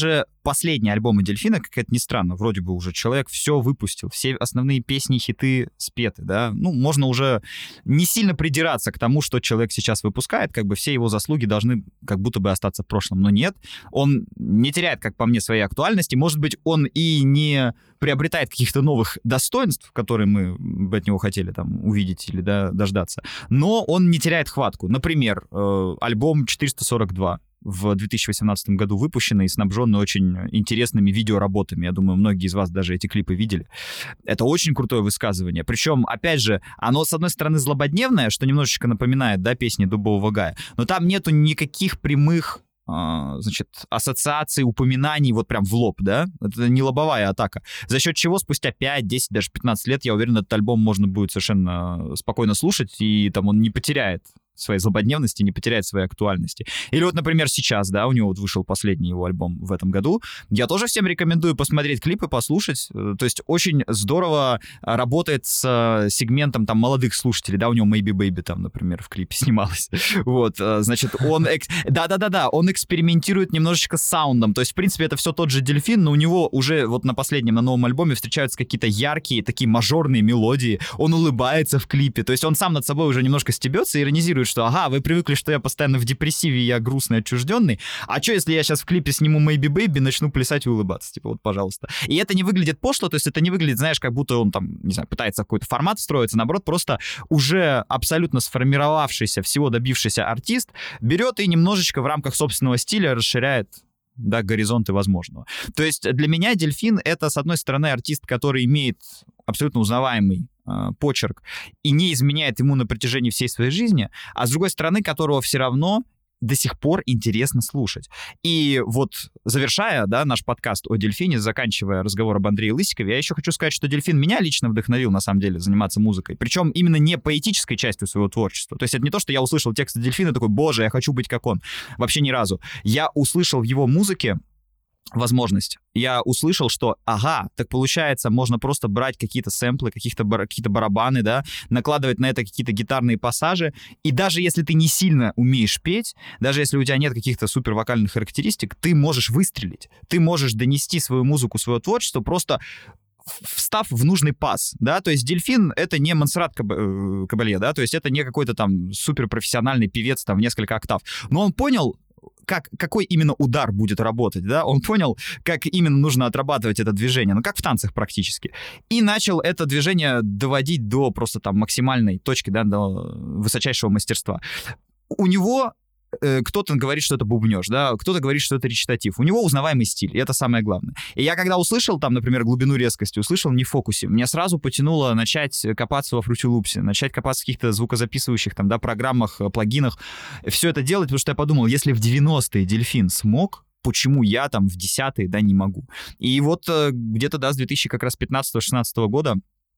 последние альбомы Дельфина, как это ни странно, вроде бы уже человек все выпустил, все основные песни, хиты спеты, да, ну, можно уже не сильно придираться к тому, что человек сейчас выпускает, как бы все его заслуги должны как будто бы остаться в прошлом, но нет, он не теряет, как по мне, своей актуальности, может быть, он и не приобретает каких-то новых достоинств, которые мы бы от него хотели там увидеть или дождаться, но он не теряет хватку. Например, альбом 442 в 2018 году выпущенный и снабженный очень интересными видеоработами. Я думаю, многие из вас даже эти клипы видели. Это очень крутое высказывание. Причем, опять же, оно, с одной стороны, злободневное, что немножечко напоминает, да, песни Дубового Гая, но там нету никаких прямых значит, ассоциаций, упоминаний вот прям в лоб, да? Это не лобовая атака. За счет чего спустя 5, 10, даже 15 лет, я уверен, этот альбом можно будет совершенно спокойно слушать, и там он не потеряет своей злободневности, не потеряет своей актуальности. Или вот, например, сейчас, да, у него вот вышел последний его альбом в этом году. Я тоже всем рекомендую посмотреть клипы, послушать. То есть очень здорово работает с сегментом там молодых слушателей, да, у него Maybe Baby там, например, в клипе снималась. Вот, значит, он... Да-да-да, он экспериментирует немножечко с саундом. То есть, в принципе, это все тот же Дельфин, но у него уже вот на последнем, на новом альбоме встречаются какие-то яркие, такие мажорные мелодии. Он улыбается в клипе. То есть он сам над собой уже немножко стебется, иронизирует, что, ага, вы привыкли, что я постоянно в депрессиве, я грустный, отчужденный, а что, если я сейчас в клипе сниму Maybe Baby, начну плясать и улыбаться, типа, вот, пожалуйста. И это не выглядит пошло, то есть это не выглядит, знаешь, как будто он там, не знаю, пытается в какой-то формат встроиться, наоборот, просто уже абсолютно сформировавшийся, всего добившийся артист берет и немножечко в рамках собственного стиля расширяет, да, горизонты возможного. То есть для меня Дельфин — это, с одной стороны, артист, который имеет абсолютно узнаваемый почерк и не изменяет ему на протяжении всей своей жизни, а с другой стороны, которого все равно до сих пор интересно слушать. И вот, завершая, да, наш подкаст о Дельфине, заканчивая разговор об Андрее Лысикове, я еще хочу сказать, что Дельфин меня лично вдохновил, на самом деле, заниматься музыкой. Причем именно не поэтической частью своего творчества. То есть это не то, что я услышал тексты Дельфина и такой, боже, я хочу быть как он. Вообще ни разу. Я услышал в его музыке возможность. Я услышал, что, ага, так получается, можно просто брать какие-то сэмплы, какие-то барабаны, да, накладывать на это какие-то гитарные пассажи, и даже если ты не сильно умеешь петь, даже если у тебя нет каких-то супер вокальных характеристик, ты можешь выстрелить, ты можешь донести свою музыку, свое творчество просто встав в нужный пас, да, то есть Дельфин — это не Монсеррат Кабалье, да, то есть это не какой-то там суперпрофессиональный певец там в несколько октав, но он понял, какой именно удар будет работать, да, он понял, как именно нужно отрабатывать это движение, ну, как в танцах практически, и начал это движение доводить до просто там максимальной точки, да, до высочайшего мастерства. У него кто-то говорит, что это бубнёж, да, кто-то говорит, что это речитатив. У него узнаваемый стиль, и это самое главное. И я когда услышал там, например, глубину резкости, услышал не в фокусе, меня сразу потянуло начать копаться во Fruity Loops'е, начать копаться в каких-то звукозаписывающих там, да, программах, плагинах, все это делать, потому что я подумал, если в 90-е Дельфин смог, почему я там в 10-е, да, не могу. И вот где-то, да, с 2015-16 года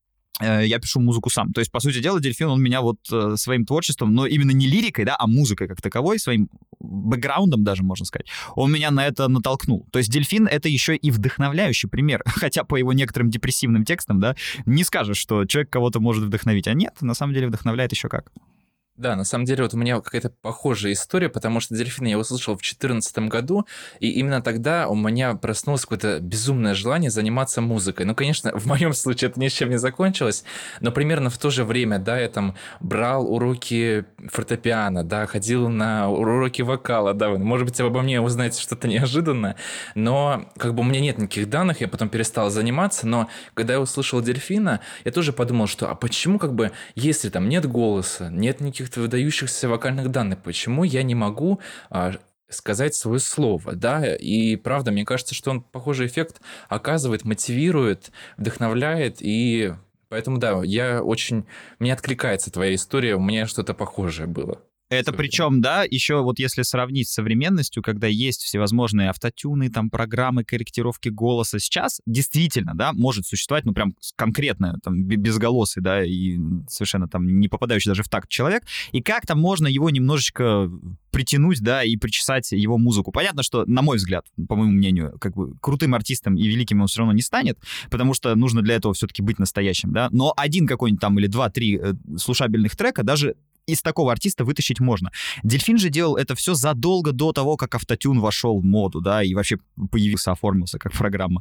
я пишу музыку сам. То есть, по сути дела, Дельфин, он меня вот своим творчеством, но именно не лирикой, да, а музыкой как таковой, своим бэкграундом даже, можно сказать, он меня на это натолкнул. То есть Дельфин — это еще и вдохновляющий пример. Хотя по его некоторым депрессивным текстам, да, не скажешь, что человек кого-то может вдохновить. А нет, на самом деле вдохновляет еще как. Да, на самом деле вот у меня какая-то похожая история, потому что «Дельфина» я услышал в 2014 году, и именно тогда у меня проснулось какое-то безумное желание заниматься музыкой. Ну, конечно, в моем случае это ни с чем не закончилось, но примерно в то же время, да, я там брал уроки фортепиано, да, ходил на уроки вокала, да, может быть, обо мне узнаете что-то неожиданное, но как бы у меня нет никаких данных, я потом перестал заниматься, но когда я услышал «Дельфина», я тоже подумал, что а почему как бы, если там нет голоса, нет никаких выдающихся вокальных данных, почему я не могу сказать свое слово, да, и правда, мне кажется, что он похожий эффект оказывает, мотивирует, вдохновляет, и поэтому, да, мне откликается твоя история, у меня что-то похожее было. Это причем, да, еще вот если сравнить с современностью, когда есть всевозможные автотюны, там, программы корректировки голоса, сейчас действительно, да, может существовать, ну, прям конкретно, там, безголосый, да, и совершенно там не попадающий даже в такт человек, и как-то можно его немножечко притянуть, да, и причесать его музыку. Понятно, что, на мой взгляд, по моему мнению, как бы крутым артистом и великим он все равно не станет, потому что нужно для этого все-таки быть настоящим, да, но один какой-нибудь там или 2-3 слушабельных трека, даже из такого артиста вытащить можно. Дельфин же делал это все задолго до того, как автотюн вошел в моду, да, и вообще появился, оформился как программа.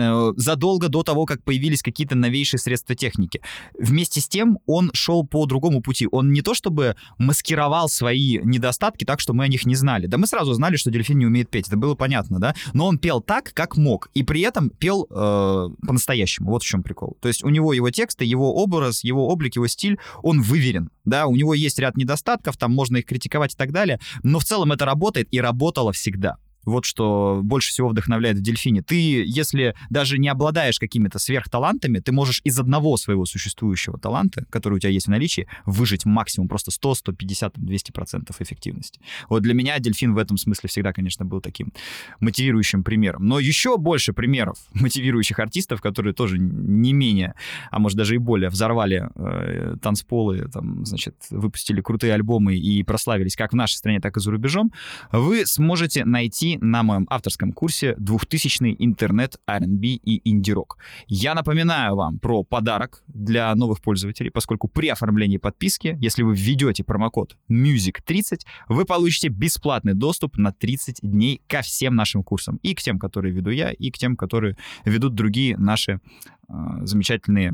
Задолго до того, как появились какие-то новейшие средства техники. Вместе с тем он шел по другому пути. Он не то чтобы маскировал свои недостатки так, что мы о них не знали. Да мы сразу знали, что Дельфин не умеет петь, это было понятно, да, но он пел так, как мог, и при этом пел по-настоящему. Вот в чем прикол. То есть у него его тексты, его образ, его облик, его стиль, он выверен, да, у него есть ряд недостатков, там можно их критиковать и так далее, но в целом это работает и работало всегда. Вот что больше всего вдохновляет в Дельфине. Ты, если даже не обладаешь какими-то сверхталантами, ты можешь из одного своего существующего таланта, который у тебя есть в наличии, выжить максимум просто 100, 150, 200% эффективности. Вот для меня Дельфин в этом смысле всегда, конечно, был таким мотивирующим примером. Но еще больше примеров мотивирующих артистов, которые тоже не менее, а может даже и более, взорвали танцполы, там, значит, выпустили крутые альбомы и прославились как в нашей стране, так и за рубежом, вы сможете найти на моем авторском курсе 2000-й интернет, R&B и инди-рок. Я напоминаю вам про подарок для новых пользователей, поскольку при оформлении подписки, если вы введете промокод MUSIC30, вы получите бесплатный доступ на 30 дней ко всем нашим курсам. И к тем, которые веду я, и к тем, которые ведут другие наши замечательные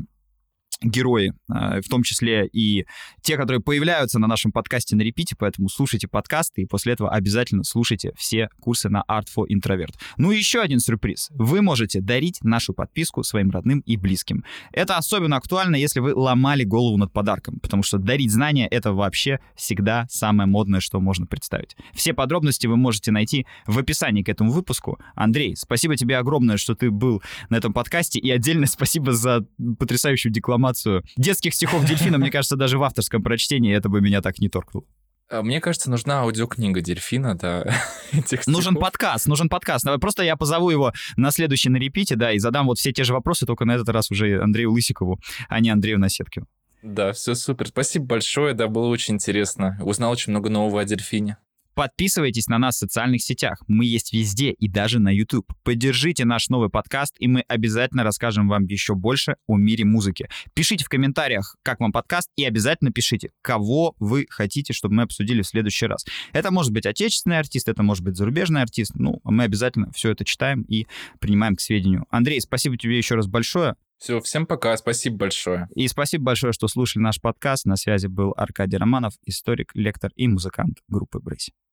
герои, в том числе и те, которые появляются на нашем подкасте на репите, поэтому слушайте подкасты и после этого обязательно слушайте все курсы на Art for Introvert. Ну и еще один сюрприз. Вы можете дарить нашу подписку своим родным и близким. Это особенно актуально, если вы ломали голову над подарком, потому что дарить знания — это вообще всегда самое модное, что можно представить. Все подробности вы можете найти в описании к этому выпуску. Андрей, спасибо тебе огромное, что ты был на этом подкасте, и отдельное спасибо за потрясающую декламацию детских стихов Дельфина. Мне кажется, даже в авторском прочтении это бы меня так не торкнуло. Мне кажется, нужна аудиокнига Дельфина, да, этих стихов. Нужен подкаст. Просто я позову его на следующий на репите, да, и задам вот все те же вопросы, только на этот раз уже Андрею Лысикову, а не Андрею Насеткину. Да, все супер. Спасибо большое, да, было очень интересно. Узнал очень много нового о Дельфине. Подписывайтесь на нас в социальных сетях. Мы есть везде и даже на YouTube. Поддержите наш новый подкаст, и мы обязательно расскажем вам еще больше о мире музыки. Пишите в комментариях, как вам подкаст, и обязательно пишите, кого вы хотите, чтобы мы обсудили в следующий раз. Это может быть отечественный артист, это может быть зарубежный артист. Ну, мы обязательно все это читаем и принимаем к сведению. Андрей, спасибо тебе еще раз большое. Все, всем пока, спасибо большое. И спасибо большое, что слушали наш подкаст. На связи был Аркадий Романов, историк, лектор и музыкант группы «Брысь».